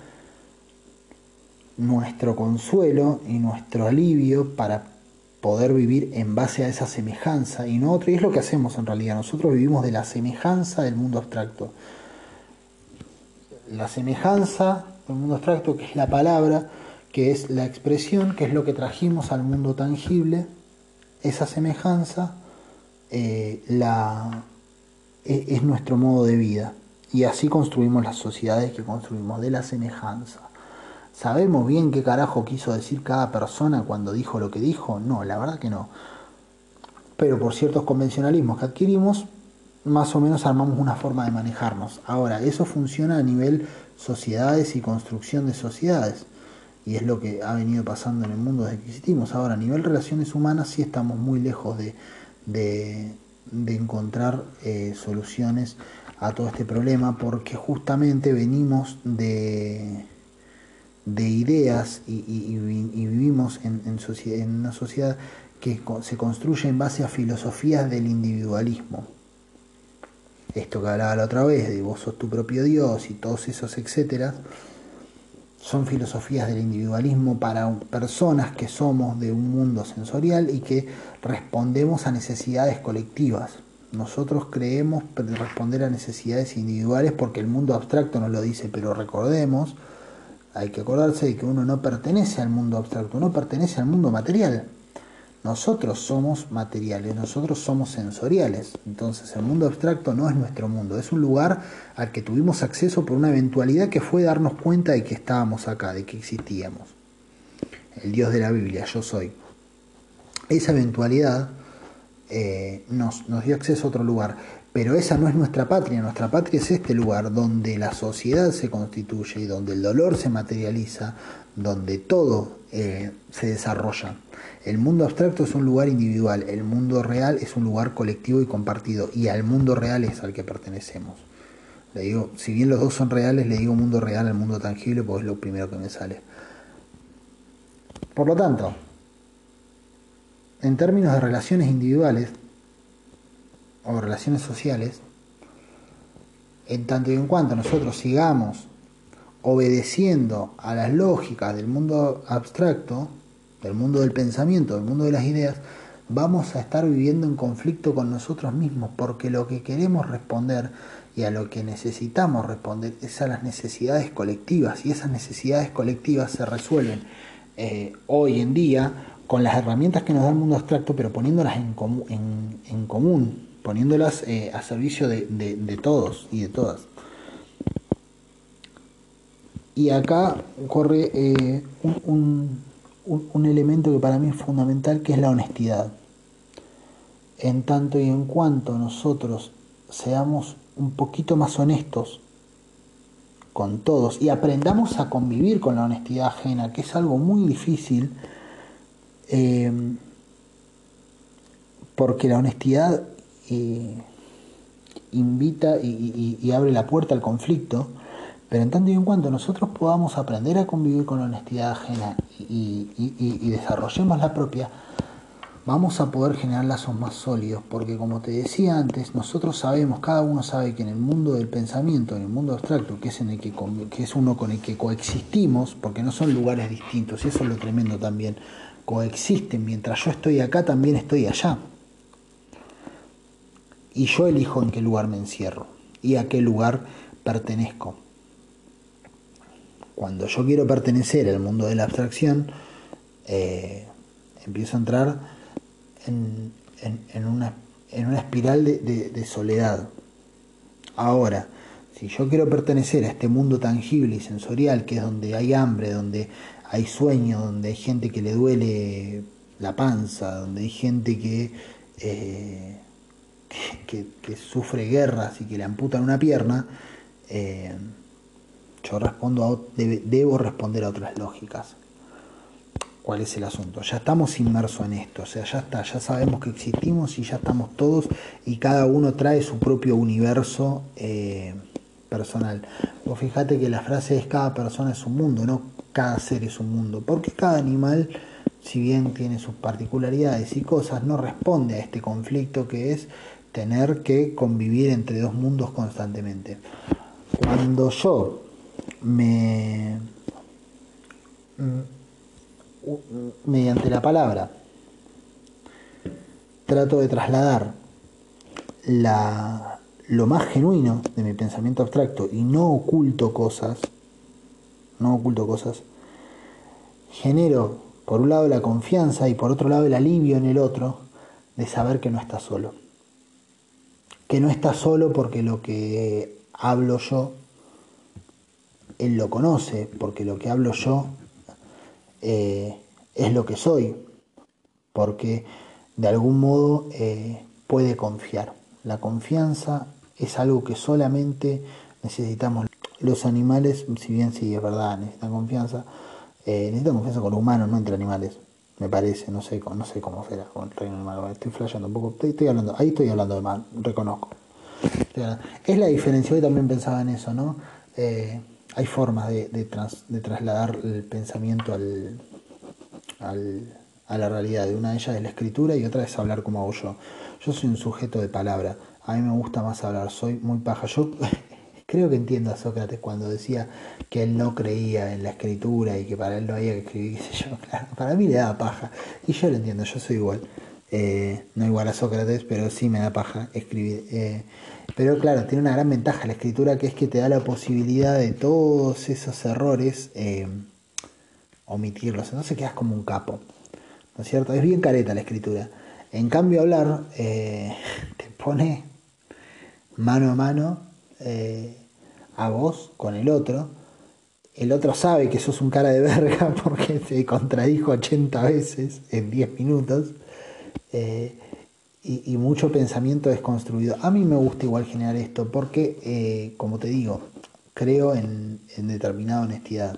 S1: nuestro consuelo y nuestro alivio para poder vivir en base a esa semejanza y no otro. Y es lo que hacemos en realidad. Nosotros vivimos de la semejanza del mundo abstracto. la semejanza del mundo abstracto, que es la palabra, que es la expresión, que es lo que trajimos al mundo tangible. Esa semejanza eh, la, es, es nuestro modo de vida. Y así construimos las sociedades que construimos, de la semejanza. ¿Sabemos bien qué carajo quiso decir cada persona cuando dijo lo que dijo? No, la verdad que no. Pero por ciertos convencionalismos que adquirimos, más o menos armamos una forma de manejarnos. Ahora, eso funciona a nivel sociedades y construcción de sociedades. Y es lo que ha venido pasando en el mundo desde que existimos. Ahora, a nivel relaciones humanas sí estamos muy lejos de, de, de encontrar eh, soluciones a todo este problema, porque justamente venimos de, de ideas y, y, y vivimos en, en, sociedad, en una sociedad que se construye en base a filosofías del individualismo. Esto que hablaba la otra vez, de vos sos tu propio Dios y todos esos etcétera, son filosofías del individualismo para personas que somos de un mundo sensorial y que respondemos a necesidades colectivas. Nosotros creemos responder a necesidades individuales porque el mundo abstracto nos lo dice, pero recordemos, hay que acordarse de que uno no pertenece al mundo abstracto, uno pertenece al mundo material. Nosotros somos materiales, nosotros somos sensoriales. Entonces el mundo abstracto no es nuestro mundo, es un lugar al que tuvimos acceso por una eventualidad que fue darnos cuenta de que estábamos acá, de que existíamos. El Dios de la Biblia, yo soy. Esa eventualidad eh, nos, nos dio acceso a otro lugar, pero esa no es nuestra patria. Nuestra patria es este lugar donde la sociedad se constituye y donde el dolor se materializa, donde todo eh, se desarrolla. El mundo abstracto es un lugar individual, el mundo real es un lugar colectivo y compartido, y al mundo real es al que pertenecemos. Le digo, si bien los dos son reales, le digo mundo real al mundo tangible porque es lo primero que me sale. Por lo tanto, en términos de relaciones individuales o relaciones sociales, en tanto y en cuanto nosotros sigamos obedeciendo a las lógicas del mundo abstracto, del mundo del pensamiento, del mundo de las ideas, vamos a estar viviendo en conflicto con nosotros mismos, porque lo que queremos responder y a lo que necesitamos responder es a las necesidades colectivas, y esas necesidades colectivas se resuelven eh, hoy en día con las herramientas que nos da el mundo abstracto, pero poniéndolas en, comu en, en común, poniéndolas eh, a servicio de, de, de todos y de todas. Y acá corre eh, un, un, un, un elemento que para mí es fundamental, que es la honestidad. En tanto y en cuanto nosotros seamos un poquito más honestos con todos y aprendamos a convivir con la honestidad ajena, que es algo muy difícil, eh, porque la honestidad eh, invita y, y, y abre la puerta al conflicto. Pero en tanto y en cuanto nosotros podamos aprender a convivir con la honestidad ajena y, y, y, y desarrollemos la propia, vamos a poder generar lazos más sólidos, porque como te decía antes, nosotros sabemos, cada uno sabe que en el mundo del pensamiento, en el mundo abstracto, que es, en el que, que es uno con el que coexistimos, porque no son lugares distintos, y eso es lo tremendo también, coexisten, mientras yo estoy acá también estoy allá. Y yo elijo en qué lugar me encierro y a qué lugar pertenezco. Cuando yo quiero pertenecer al mundo de la abstracción, eh, empiezo a entrar en, en, en, una, en una espiral de, de, de soledad. Ahora, si yo quiero pertenecer a este mundo tangible y sensorial, que es donde hay hambre, donde hay sueño, donde hay gente que le duele la panza, donde hay gente que, eh, que, que, que sufre guerras y que le amputan una pierna, eh, yo respondo a, debe, debo responder a otras lógicas. ¿Cuál es el asunto? Ya estamos inmersos en esto, o sea, ya está, ya sabemos que existimos y ya estamos todos y cada uno trae su propio universo eh, personal. Vos fíjate que la frase es cada persona es un mundo, no cada ser es un mundo, porque cada animal, si bien tiene sus particularidades y cosas, no responde a este conflicto que es tener que convivir entre dos mundos constantemente. Cuando yo me mediante la palabra trato de trasladar la, lo más genuino de mi pensamiento abstracto y no oculto cosas, no oculto cosas, genero por un lado la confianza y por otro lado el alivio en el otro de saber que no está solo. Que no está solo porque lo que hablo yo, él lo conoce, porque lo que hablo yo eh, es lo que soy, porque de algún modo eh, puede confiar. La confianza es algo que solamente necesitamos. Los animales, si bien sí es verdad, necesitan confianza, eh, necesitan confianza con los humanos, no entre animales, me parece, no sé, no sé cómo será con el reino animal, estoy flasheando un poco, estoy, estoy hablando, ahí estoy hablando de mal, reconozco. Es la diferencia, hoy también pensaba en eso, ¿no? Eh, hay formas de, de, trans, de trasladar el pensamiento al, al, a la realidad. De una de ellas es la escritura y otra es hablar como hago yo. Yo soy un sujeto de palabra, a mí me gusta más hablar, soy muy paja. Yo creo que entiendo a Sócrates cuando decía que él no creía en la escritura y que para él no había que escribir, qué sé yo. Claro, para mí le da paja. Y yo lo entiendo, yo soy igual. Eh, no igual a Sócrates, pero sí me da paja escribir. Eh, pero claro, tiene una gran ventaja la escritura, que es que te da la posibilidad de todos esos errores eh, omitirlos. Entonces quedas como un capo, ¿no es cierto? Es bien careta la escritura. En cambio hablar eh, te pone mano a mano eh, a vos con el otro. El otro sabe que sos un cara de verga porque te contradijo ochenta veces en diez minutos. Eh, y, y mucho pensamiento desconstruido. A mí me gusta igual generar esto porque, eh, como te digo, creo en, en determinada honestidad.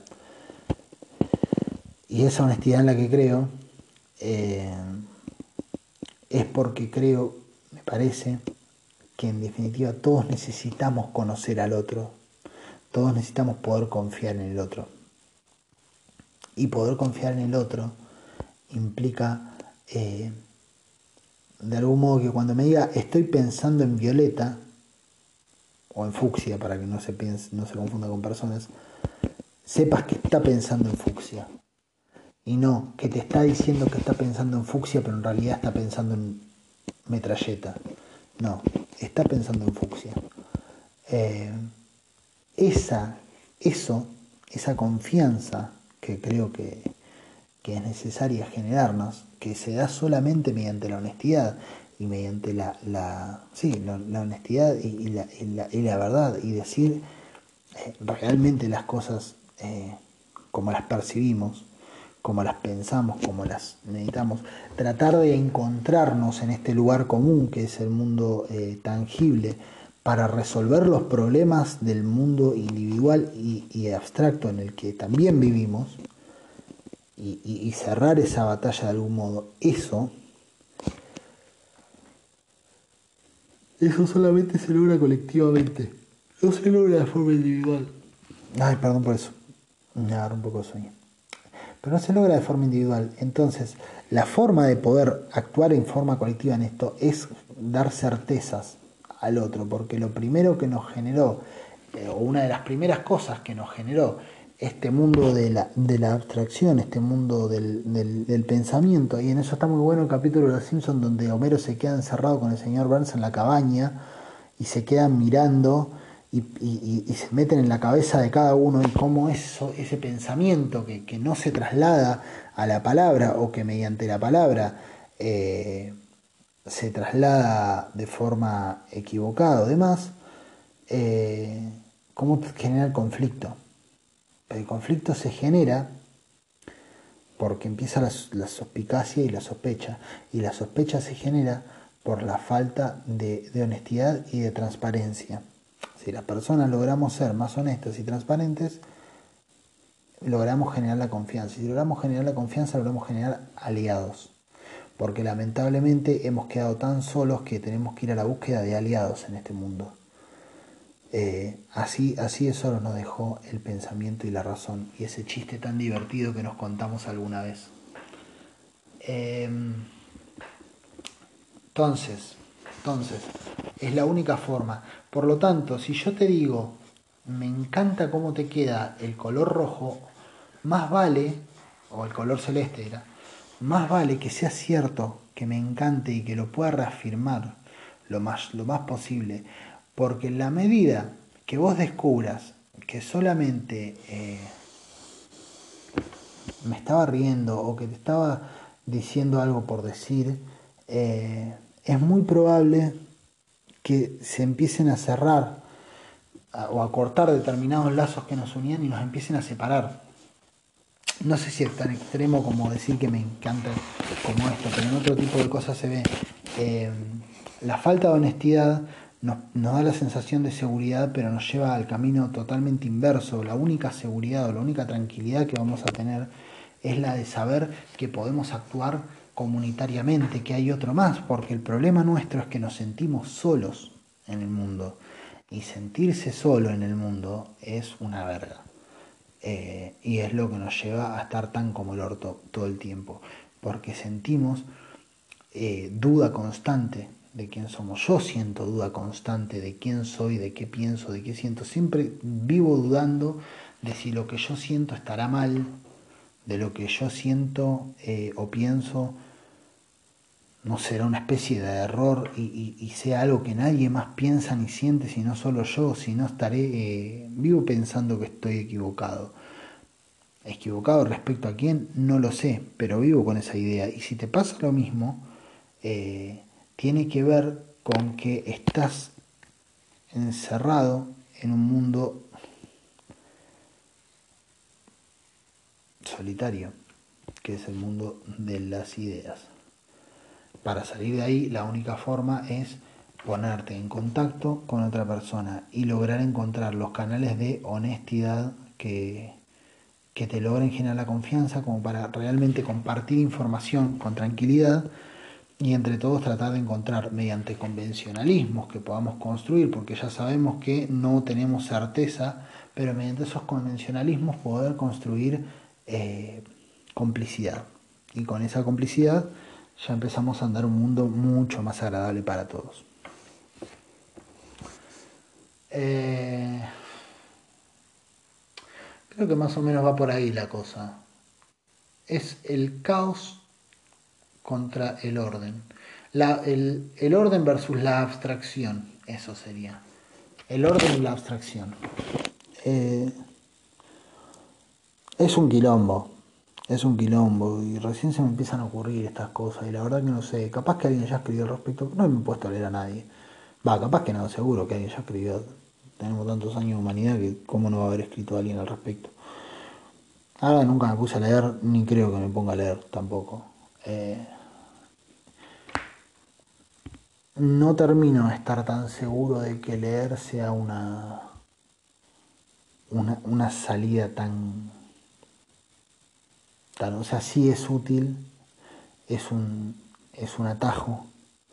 S1: Y esa honestidad en la que creo eh, es porque creo, me parece, que en definitiva todos necesitamos conocer al otro. Todos necesitamos poder confiar en el otro. Y poder confiar en el otro implica, eh, de algún modo, que cuando me diga estoy pensando en Violeta, o en fucsia, para que no se piense, no se confunda con personas, sepas que está pensando en fucsia. Y no que te está diciendo que está pensando en fucsia, pero en realidad está pensando en metralleta. No, está pensando en fucsia. Eh, esa, eso, esa confianza que creo que, que es necesaria generarnos, que se da solamente mediante la honestidad y mediante la, la, sí, la, la honestidad y, y, la, y, la, y la verdad, y decir eh, realmente las cosas eh, como las percibimos, como las pensamos, como las meditamos, tratar de encontrarnos en este lugar común que es el mundo eh, tangible, para resolver los problemas del mundo individual y, y abstracto en el que también vivimos, y, y, y cerrar esa batalla de algún modo. Eso, eso solamente se logra colectivamente, no se logra de forma individual. Ay, perdón por eso, me agarro un poco de sueño. Pero no se logra de forma individual. Entonces, la forma de poder actuar en forma colectiva en esto es dar certezas al otro, porque lo primero que nos generó, eh, o una de las primeras cosas que nos generó este mundo de la, de la abstracción, este mundo del, del, del pensamiento, y en eso está muy bueno el capítulo de Los Simpsons donde Homero se queda encerrado con el señor Burns en la cabaña y se quedan mirando y, y, y se meten en la cabeza de cada uno, y cómo eso, ese pensamiento que, que no se traslada a la palabra, o que mediante la palabra eh, se traslada de forma equivocada o demás, eh, cómo genera el conflicto. El conflicto se genera porque empieza la, la suspicacia y la sospecha, y la sospecha se genera por la falta de, de honestidad y de transparencia. Si las personas logramos ser más honestas y transparentes, logramos generar la confianza. Y si logramos generar la confianza, logramos generar aliados. Porque lamentablemente hemos quedado tan solos que tenemos que ir a la búsqueda de aliados en este mundo. Eh, así, así de solo nos dejó el pensamiento y la razón, y ese chiste tan divertido que nos contamos alguna vez. Eh, entonces, entonces, es la única forma. Por lo tanto, si yo te digo, me encanta cómo te queda el color rojo, más vale, o el color celeste era, más vale que sea cierto, que me encante y que lo pueda reafirmar lo más, lo más posible, Porque en la medida que vos descubras que solamente eh, me estaba riendo o que te estaba diciendo algo por decir, eh, es muy probable que se empiecen a cerrar a, o a cortar determinados lazos que nos unían y nos empiecen a separar. No sé si es tan extremo como decir que me encanta como esto, pero en otro tipo de cosas se ve. Eh, la falta de honestidad nos, nos da la sensación de seguridad, pero nos lleva al camino totalmente inverso. La única seguridad o la única tranquilidad que vamos a tener es la de saber que podemos actuar comunitariamente, que hay otro más, porque el problema nuestro es que nos sentimos solos en el mundo. Y sentirse solo en el mundo es una verga. Eh, y es lo que nos lleva a estar tan como el orto todo el tiempo, porque sentimos eh, duda constante de quién somos. Yo siento duda constante de quién soy, de qué pienso, de qué siento. Siempre vivo dudando de si lo que yo siento estará mal, de lo que yo siento eh, o pienso no será una especie de error y, y, y sea algo que nadie más piensa ni siente, sino solo yo, si no estaré, eh, vivo pensando que estoy equivocado. Equivocado respecto a quién, no lo sé, pero vivo con esa idea. Y si te pasa lo mismo, eh, tiene que ver con que estás encerrado en un mundo solitario, que es el mundo de las ideas. Para salir de ahí, la única forma es ponerte en contacto con otra persona y lograr encontrar los canales de honestidad que, que te logren generar la confianza como para realmente compartir información con tranquilidad y entre todos tratar de encontrar mediante convencionalismos que podamos construir, porque ya sabemos que no tenemos certeza, pero mediante esos convencionalismos poder construir eh, complicidad. Y con esa complicidad ya empezamos a andar un mundo mucho más agradable para todos. Eh, creo que más o menos va por ahí la cosa. Es el caos contra el orden. La, el, el orden versus la abstracción, eso sería. El orden y la abstracción. Eh, es un quilombo. Es un quilombo y recién se me empiezan a ocurrir estas cosas y la verdad que no sé, capaz que alguien ya escribió al respecto, no me he puesto a leer a nadie. Va, capaz que no, seguro que alguien ya escribió. Tenemos tantos años de humanidad que cómo no va a haber escrito alguien al respecto. Ahora nunca me puse a leer, ni creo que me ponga a leer tampoco. Eh, no termino de estar tan seguro de que leer sea una, una, una salida tan, tan... O sea, sí es útil, es un, es un atajo,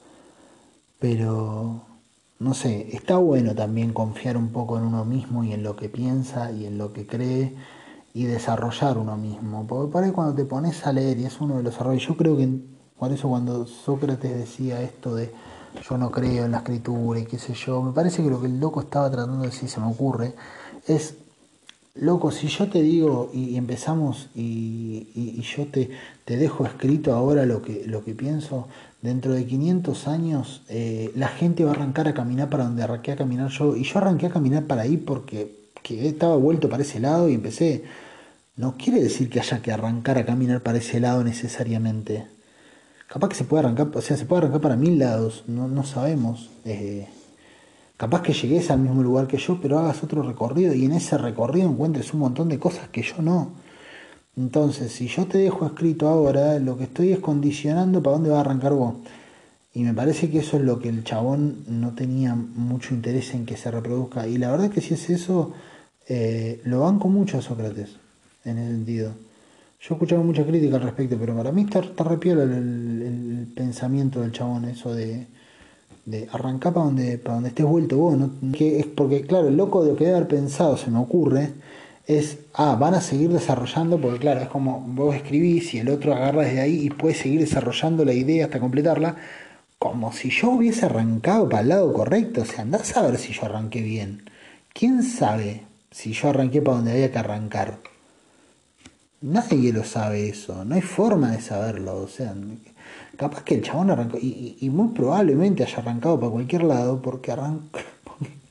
S1: pero no sé, está bueno también confiar un poco en uno mismo y en lo que piensa y en lo que cree y desarrollar uno mismo. Porque por ahí cuando te pones a leer, y es uno de los errores, yo creo que por eso cuando Sócrates decía esto de yo no creo en la escritura y qué sé yo, me parece que lo que el loco estaba tratando de decir, se me ocurre, es, loco, si yo te digo y empezamos y, y, y yo te, te dejo escrito ahora lo que, lo que pienso, dentro de quinientos años eh, la gente va a arrancar a caminar para donde arranqué a caminar yo, y yo arranqué a caminar para ahí porque que estaba vuelto para ese lado y empecé. No quiere decir que haya que arrancar a caminar para ese lado necesariamente. Capaz que se puede arrancar, o sea, se puede arrancar para mil lados, no, no sabemos. Eh, capaz que llegues al mismo lugar que yo, pero hagas otro recorrido y en ese recorrido encuentres un montón de cosas que yo no. Entonces, si yo te dejo escrito ahora, lo que estoy es condicionando para dónde va a arrancar vos. Y me parece que eso es lo que el chabón no tenía mucho interés en que se reproduzca. Y la verdad que si es eso, eh, lo banco mucho a Sócrates, en ese sentido. Yo he escuchado mucha crítica al respecto, pero para mí está, está re piola el, el, el pensamiento del chabón, eso de, de arrancar para donde, para donde estés vuelto vos. ¿No? Que es porque, claro, el loco de lo que debe haber pensado, se me ocurre, es, ah, van a seguir desarrollando, porque claro, es como vos escribís y el otro agarra desde ahí y puede seguir desarrollando la idea hasta completarla, como si yo hubiese arrancado para el lado correcto. O sea, andás a ver si yo arranqué bien. ¿Quién sabe si yo arranqué para donde había que arrancar? Nadie lo sabe eso, no hay forma de saberlo, o sea, capaz que el chabón arrancó, y, y muy probablemente haya arrancado para cualquier lado, porque arrancó,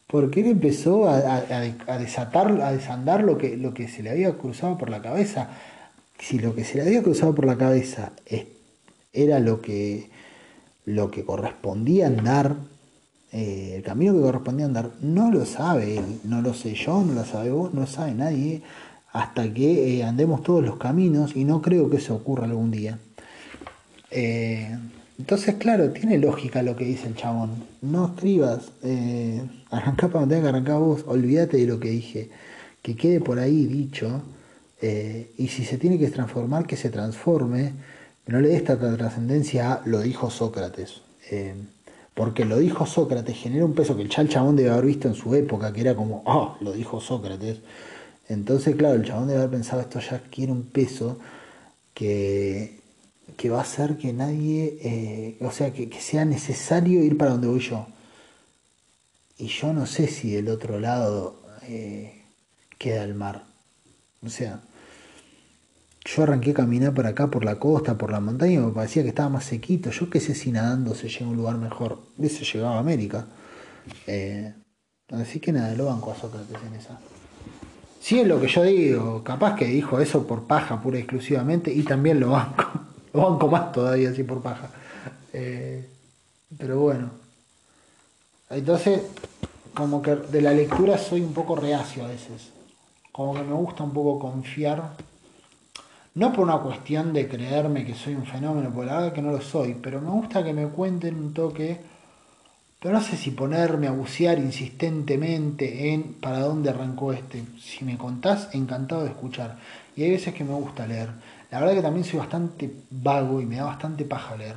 S1: Porque él empezó a, a- a- a desatar, a desandar lo que, lo que se le había cruzado por la cabeza. Si lo que se le había cruzado por la cabeza es- era lo que, lo que correspondía andar, eh, el camino que correspondía andar, no lo sabe él, no lo sé yo, no lo sabe vos, no lo sabe nadie, hasta que eh, andemos todos los caminos, y no creo que eso ocurra algún día. Eh, entonces, claro, tiene lógica lo que dice el chabón. No escribas, eh, arrancá para donde tenga que arrancar vos, olvídate de lo que dije, que quede por ahí dicho, eh, y si se tiene que transformar, que se transforme, no le des tanta trascendencia a lo dijo Sócrates. Eh, porque lo dijo Sócrates genera un peso que ya el chabón debe haber visto en su época, que era como, oh, lo dijo Sócrates. Entonces, claro, el chabón debe haber pensado, esto ya quiere un peso que, que va a hacer que nadie, eh, o sea, que, que sea necesario ir para donde voy yo. Y yo no sé si del otro lado eh, queda el mar. O sea, yo arranqué a caminar por acá, por la costa, por la montaña, y me parecía que estaba más sequito. Yo qué sé si nadando se llega a un lugar mejor. Hubiese llegado a América. Eh, así que nada, lo banco a Sócrates en esa. Sí es lo que yo digo, capaz que dijo eso por paja pura y exclusivamente, y también lo banco. Lo banco más todavía así por paja. Eh, pero bueno. Entonces, como que de la lectura soy un poco reacio a veces. Como que me gusta un poco confiar. No por una cuestión de creerme que soy un fenómeno, porque la verdad que no lo soy, pero me gusta que me cuenten un toque. Pero no sé si ponerme a bucear insistentemente en para dónde arrancó este. Si me contás, encantado de escuchar. Y hay veces que me gusta leer. La verdad que también soy bastante vago y me da bastante paja leer.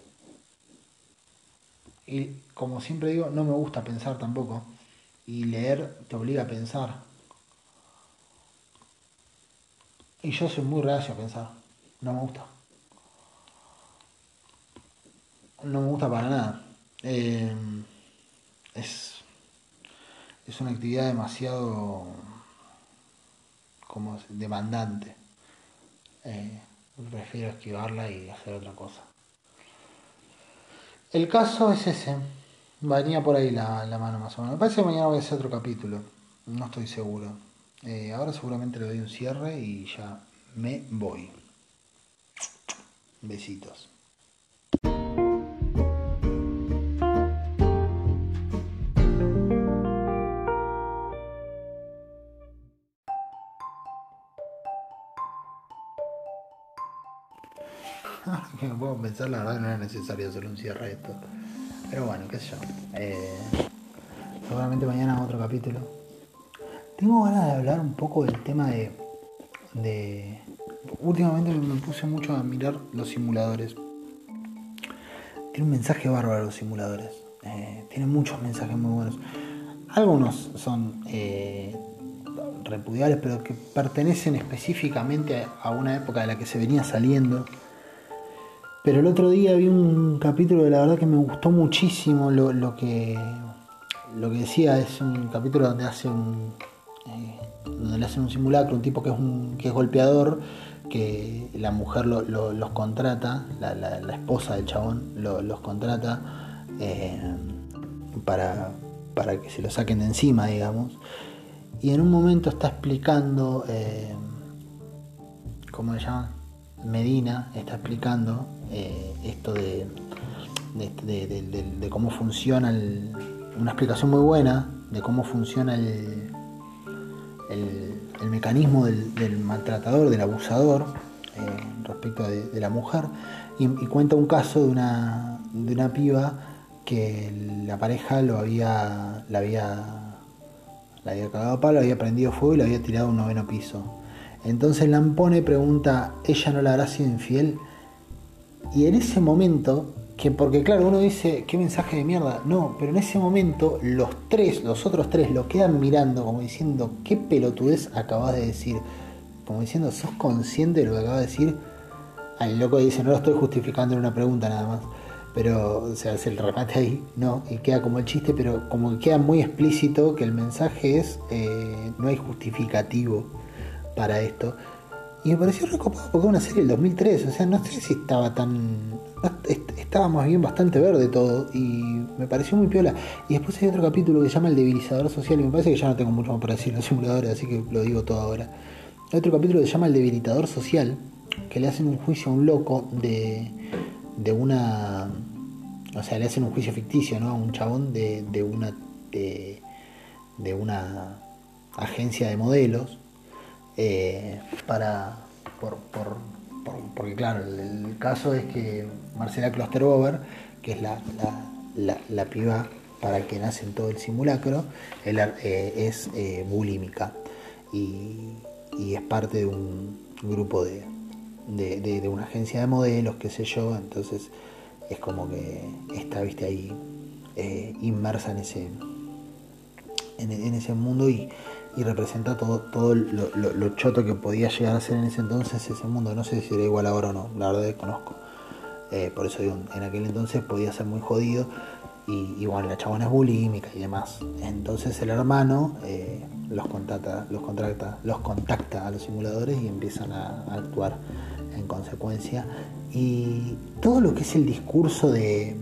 S1: Y como siempre digo, no me gusta pensar tampoco. Y leer te obliga a pensar. Y yo soy muy reacio a pensar. No me gusta. No me gusta para nada. Eh, es, es una actividad demasiado como demandante. Eh, Prefiero esquivarla y hacer otra cosa. El caso es ese. Venía por ahí la, la mano más o menos. Me parece que mañana voy a hacer otro capítulo. No estoy seguro. Eh, ahora seguramente le doy un cierre y ya me voy. Besitos. Me puedo pensar, la verdad que no era necesario hacer un cierre a esto. Pero bueno, qué sé yo. Eh, seguramente mañana otro capítulo. Tengo ganas de hablar un poco del tema de, de... Últimamente me puse mucho a mirar los simuladores. Tiene un mensaje bárbaro los simuladores. Eh, tiene muchos mensajes muy buenos. Algunos son eh, repudiables, pero que pertenecen específicamente a una época de la que se venía saliendo. Pero el otro día vi un capítulo de la verdad que me gustó muchísimo lo, lo que lo que decía. Es un capítulo donde hace un eh, donde le hacen un simulacro, un tipo que es un que es golpeador, que la mujer lo, lo, los contrata, la, la, la esposa del chabón lo, los contrata eh, para, para que se lo saquen de encima, digamos. Y en un momento está explicando, eh, ¿cómo se llama? Medina está explicando eh, esto de, de, de, de, de, de cómo funciona, el, una explicación muy buena de cómo funciona el, el, el mecanismo del, del maltratador, del abusador, eh, respecto de, de la mujer, y, y cuenta un caso de una, de una piba que la pareja lo había, la había, la había cagado a palo, había prendido fuego y le había tirado a un noveno piso. Entonces Lampone pregunta, ¿ella no le habrá sido infiel? Y en ese momento, que porque claro, uno dice, qué mensaje de mierda, no, pero en ese momento los tres, los otros tres, lo quedan mirando como diciendo, qué pelotudez acabas de decir. Como diciendo, ¿sos consciente de lo que acabas de decir? Ah, el loco dice, no lo estoy justificando en una pregunta nada más. Pero, o sea, se el remate ahí, ¿no? Y queda como el chiste, pero como que queda muy explícito que el mensaje es, eh, no hay justificativo para esto. Y me pareció recopado porque es una serie del dos mil tres, o sea, no sé si estaba tan... estaba más bien bastante verde todo y me pareció muy piola. Y después hay otro capítulo que se llama El debilitador social y me parece que ya no tengo mucho más para decir en los simuladores, así que lo digo todo ahora. Hay otro capítulo que se llama El debilitador social, que le hacen un juicio a un loco de, de una... O sea, le hacen un juicio ficticio, ¿no? A un chabón de, de una... De, de una agencia de modelos eh, para... Por, por, por, porque claro, el, el caso es que Marcela Klosterboer, que es la, la, la, la piba para quien hacen todo el simulacro, el, eh, es eh, bulímica y, y es parte de un grupo de, de, de, de una agencia de modelos, qué sé yo, entonces es como que está, viste, ahí eh, inmersa en ese en, en ese mundo y, y representa todo, todo lo, lo, lo choto que podía llegar a ser en ese entonces ese mundo. No sé si era igual ahora o no, la verdad desconozco. Eh, por eso digo, en aquel entonces podía ser muy jodido y, y bueno, la chabona es bulímica y demás. Entonces el hermano eh, los contacta, los contacta, los contacta a los simuladores y empiezan a, a actuar en consecuencia. Y todo lo que es el discurso de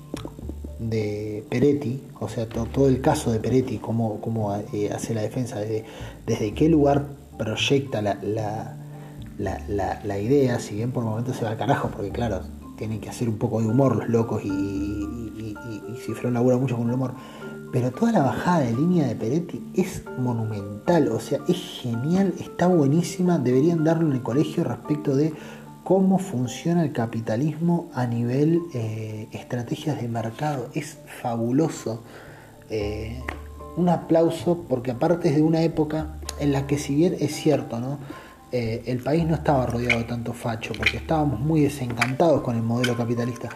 S1: de Peretti, o sea, to, todo el caso de Peretti, cómo, cómo eh, hace la defensa, desde, desde qué lugar proyecta la, la, la, la, la idea, si bien por momentos se va al carajo, porque claro, tienen que hacer un poco de humor los locos y, y, y, y Cifrón labura mucho con el humor, pero toda la bajada de línea de Peretti es monumental, o sea, es genial, está buenísima, deberían darlo en el colegio respecto de cómo funciona el capitalismo a nivel eh, estrategias de mercado. Es fabuloso. Eh, un aplauso, porque aparte es de una época en la que, si bien es cierto, ¿no? Eh, el país no estaba rodeado de tanto facho, porque estábamos muy desencantados con el modelo capitalista.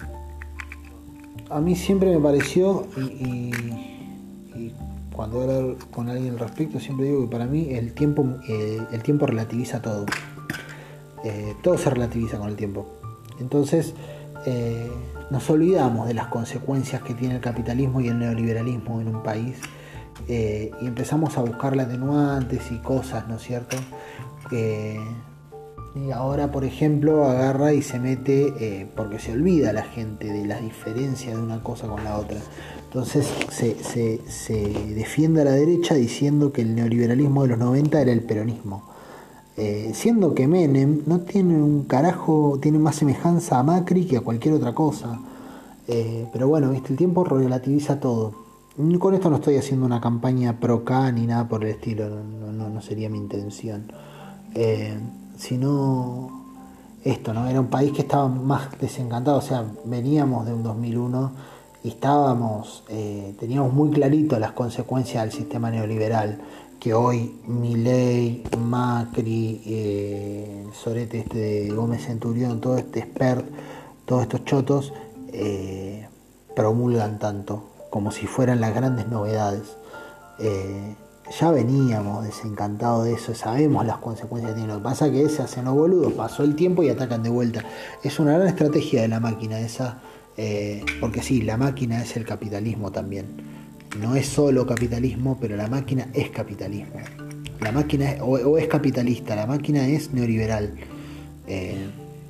S1: A mí siempre me pareció, y, y, y cuando hablo con alguien al respecto, siempre digo que para mí el tiempo, eh, el tiempo relativiza todo. Eh, todo se relativiza con el tiempo. Entonces eh, nos olvidamos de las consecuencias que tiene el capitalismo y el neoliberalismo en un país eh, y empezamos a buscarle atenuantes y cosas, ¿no es cierto? Eh, y ahora, por ejemplo, agarra y se mete eh, porque se olvida la gente de las diferencias de una cosa con la otra. Entonces se, se, se defiende a la derecha diciendo que el neoliberalismo de los noventa era el peronismo. Eh, siendo que Menem no tiene un carajo, tiene más semejanza a Macri que a cualquier otra cosa. Eh, pero bueno, viste, el tiempo relativiza todo. Con esto no estoy haciendo una campaña pro K ni nada por el estilo, no, no, no sería mi intención. Eh, sino esto, ¿no? Era un país que estaba más desencantado, o sea, veníamos de un dos mil uno y estábamos, eh, teníamos muy clarito las consecuencias del sistema neoliberal. Que hoy Milei, Macri, eh, Sorete este de Gómez Centurión, todo este expert, todos estos chotos eh, promulgan tanto como si fueran las grandes novedades. Eh, ya veníamos desencantados de eso, sabemos las consecuencias que tiene. Lo que pasa es que se hacen los boludos, pasó el tiempo y atacan de vuelta. Es una gran estrategia de la máquina esa, eh, porque sí, la máquina es el capitalismo también. No es solo capitalismo, pero la máquina es capitalismo. La máquina es, o, o es capitalista, la máquina es neoliberal. Eh,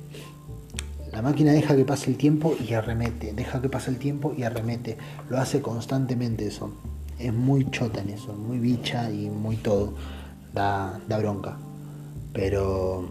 S1: la máquina deja que pase el tiempo y arremete, deja que pase el tiempo y arremete. Lo hace constantemente eso. Es muy chota en eso, muy bicha y muy todo. Da, da bronca. Pero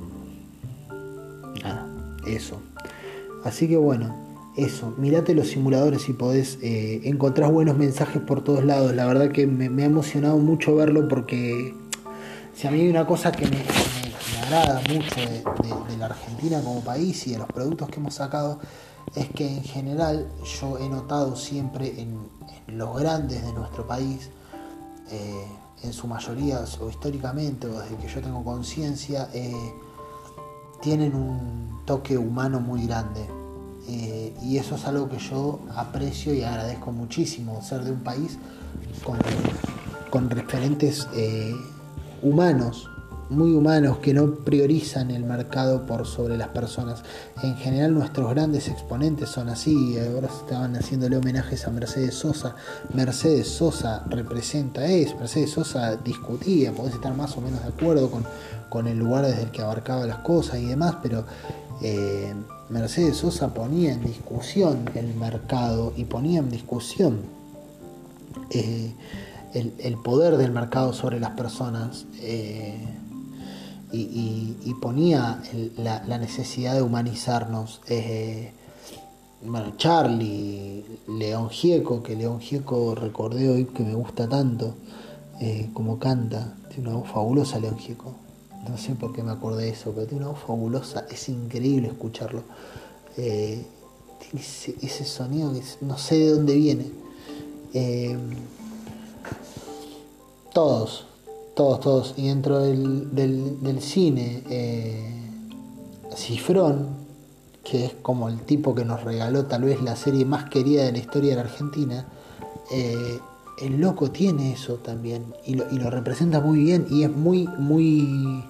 S1: nada, eso. Así que bueno. Eso, mirate los simuladores si podés, eh, encontrás buenos mensajes por todos lados. La verdad que me, me ha emocionado mucho verlo porque si a mí hay una cosa que me, me, me agrada mucho de, de, de la Argentina como país y de los productos que hemos sacado es que en general yo he notado siempre en, en los grandes de nuestro país, eh, en su mayoría o históricamente o desde que yo tengo conciencia, eh, tienen un toque humano muy grande. Eh, y eso es algo que yo aprecio y agradezco muchísimo, ser de un país con, con referentes eh, humanos, muy humanos, que no priorizan el mercado por sobre las personas. En general nuestros grandes exponentes son así. Ahora estaban haciéndole homenajes a Mercedes Sosa. Mercedes Sosa representa eso, Mercedes Sosa discutía, podés estar más o menos de acuerdo con, con el lugar desde el que abarcaba las cosas y demás, pero eh, Mercedes Sosa ponía en discusión el mercado y ponía en discusión eh, el, el poder del mercado sobre las personas, eh, y, y, y ponía el, la, la necesidad de humanizarnos. Eh, bueno, Charlie, León Gieco, que León Gieco recordé hoy que me gusta tanto, eh, como canta, tiene una voz fabulosa León Gieco. No sé por qué me acordé de eso, pero tiene una voz fabulosa, es increíble escucharlo. Eh, tiene ese, ese sonido que no sé de dónde viene. Eh, todos, todos, todos. Y dentro del, del, del cine, eh, Cifrón, que es como el tipo que nos regaló tal vez la serie más querida de la historia de la Argentina, eh, el loco tiene eso también y lo, y lo representa muy bien y es muy, muy,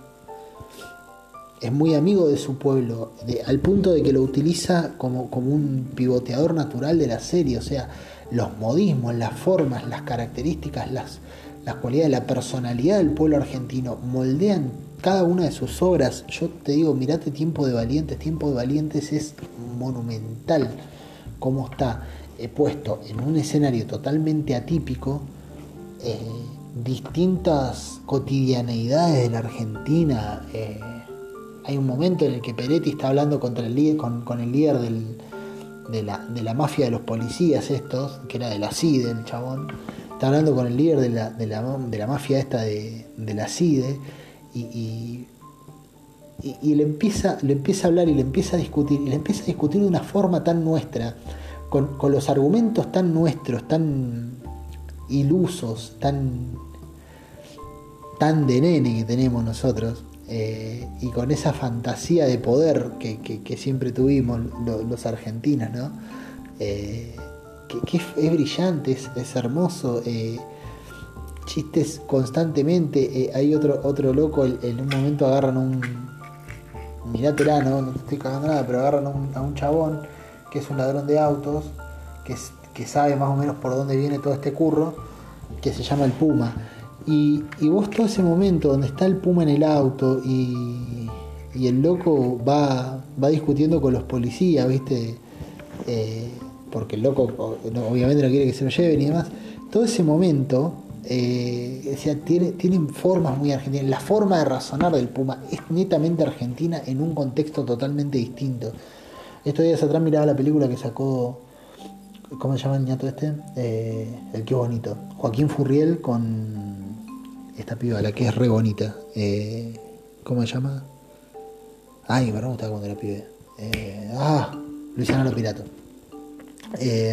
S1: es muy amigo de su pueblo, de, al punto de que lo utiliza como, como un pivoteador natural de la serie. O sea, los modismos, las formas, las características, las, las cualidades, la personalidad del pueblo argentino moldean cada una de sus obras. Yo te digo, mirate Tiempo de Valientes. Tiempo de Valientes es monumental cómo está eh, puesto en un escenario totalmente atípico, eh, distintas cotidianeidades de la Argentina. Eh, hay un momento en el que Peretti está hablando contra el líder, con, con el líder del, de, la, de la mafia de los policías estos, que era de la CIDE, el chabón. Está hablando con el líder de la, de la, de la mafia esta de, de la CIDE. Y, y, y, y le empieza le empieza a hablar y le empieza a discutir y le empieza a discutir de una forma tan nuestra, con, con los argumentos tan nuestros, tan ilusos, tan tan de nene que tenemos nosotros, eh, y con esa fantasía de poder que, que, que siempre tuvimos lo, los argentinos, ¿no? Eh, que, que es, es brillante, es, es hermoso. eh, Chistes constantemente. Eh, hay otro otro loco, el, en un momento agarran un, mirátela, no, no te estoy cagando nada, pero agarran a un, a un chabón que es un ladrón de autos, que, es, que sabe más o menos por dónde viene todo este curro, que se llama el Puma. Y, y vos todo ese momento donde está el Puma en el auto y, y el loco va, va discutiendo con los policías, ¿viste? Eh, porque el loco obviamente no quiere que se lo lleven y demás. Todo ese momento... Eh, o sea, tiene, tienen formas muy argentinas. La forma de razonar del Puma es netamente argentina en un contexto totalmente distinto. Estos días atrás miraba la película que sacó, ¿cómo se llama el ñato este? Eh, el que es bonito, Joaquín Furriel, con esta piba, la que es re bonita. Eh, ¿Cómo se llama? Ay, me gusta cuando era pibe. Eh, ah, Luciana Lopilato. Eh,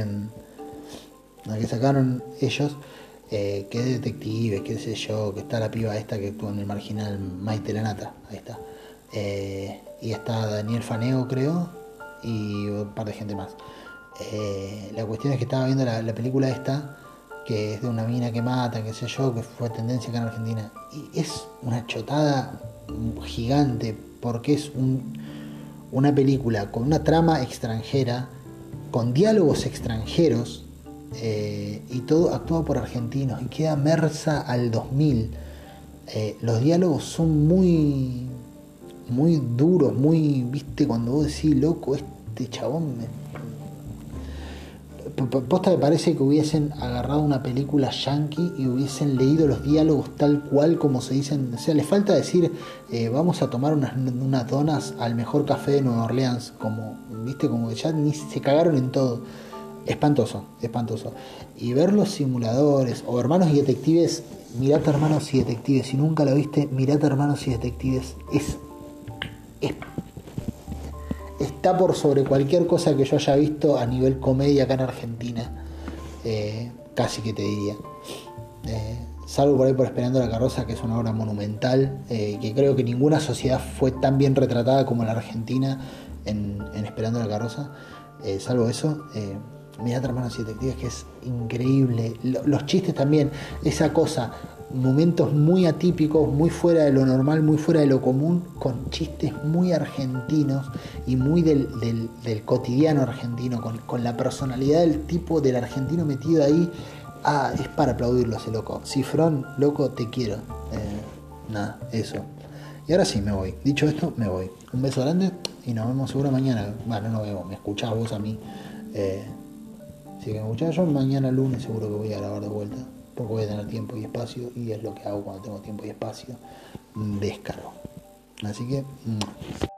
S1: la que sacaron ellos. Eh, que es detective, qué sé yo, que está la piba esta que actuó en El Marginal, Maite Lanata, ahí está. Eh, y está Daniel Fanego, creo, y un par de gente más. Eh, la cuestión es que estaba viendo la, la película esta, que es de una mina que mata, qué sé yo, que fue tendencia acá en Argentina. Y es una chotada gigante, porque es un, una película con una trama extranjera, con diálogos extranjeros, Eh, y todo actuado por argentinos y queda mersa al dos mil. Eh, los diálogos son muy muy duros, muy, viste, cuando vos decís, loco, este chabón me... posta me parece que hubiesen agarrado una película yankee y hubiesen leído los diálogos tal cual como se dicen. O sea, les falta decir eh, vamos a tomar unas, unas donas al mejor café de Nueva Orleans, como, viste, como que ya ni se cagaron en todo. Espantoso, espantoso. Y ver los simuladores, o Hermanos y Detectives, mirate Hermanos y Detectives, si nunca lo viste, mirate Hermanos y Detectives, es, es está por sobre cualquier cosa que yo haya visto a nivel comedia acá en Argentina, eh, casi que te diría. Eh, salvo por ahí por Esperando la Carroza, que es una obra monumental, eh, que creo que ninguna sociedad fue tan bien retratada como la Argentina en, en Esperando la Carroza. Eh, salvo eso, eh, mirad Hermanos y Detectives, que es increíble. Los chistes también, esa cosa, momentos muy atípicos, muy fuera de lo normal, muy fuera de lo común, con chistes muy argentinos y muy del, del, del cotidiano argentino, con, con la personalidad del tipo del argentino metido ahí. Ah, es para aplaudirlo ese loco. Cifrón, loco, te quiero. Eh, nada, eso. Y ahora sí, me voy. Dicho esto, me voy. Un beso grande y nos vemos seguro mañana. Bueno, no nos vemos, me escuchás vos a mí. Eh, si me escuchás yo, mañana lunes seguro que voy a grabar de vuelta. Porque voy a tener tiempo y espacio. Y es lo que hago cuando tengo tiempo y espacio. Descargo. Así que...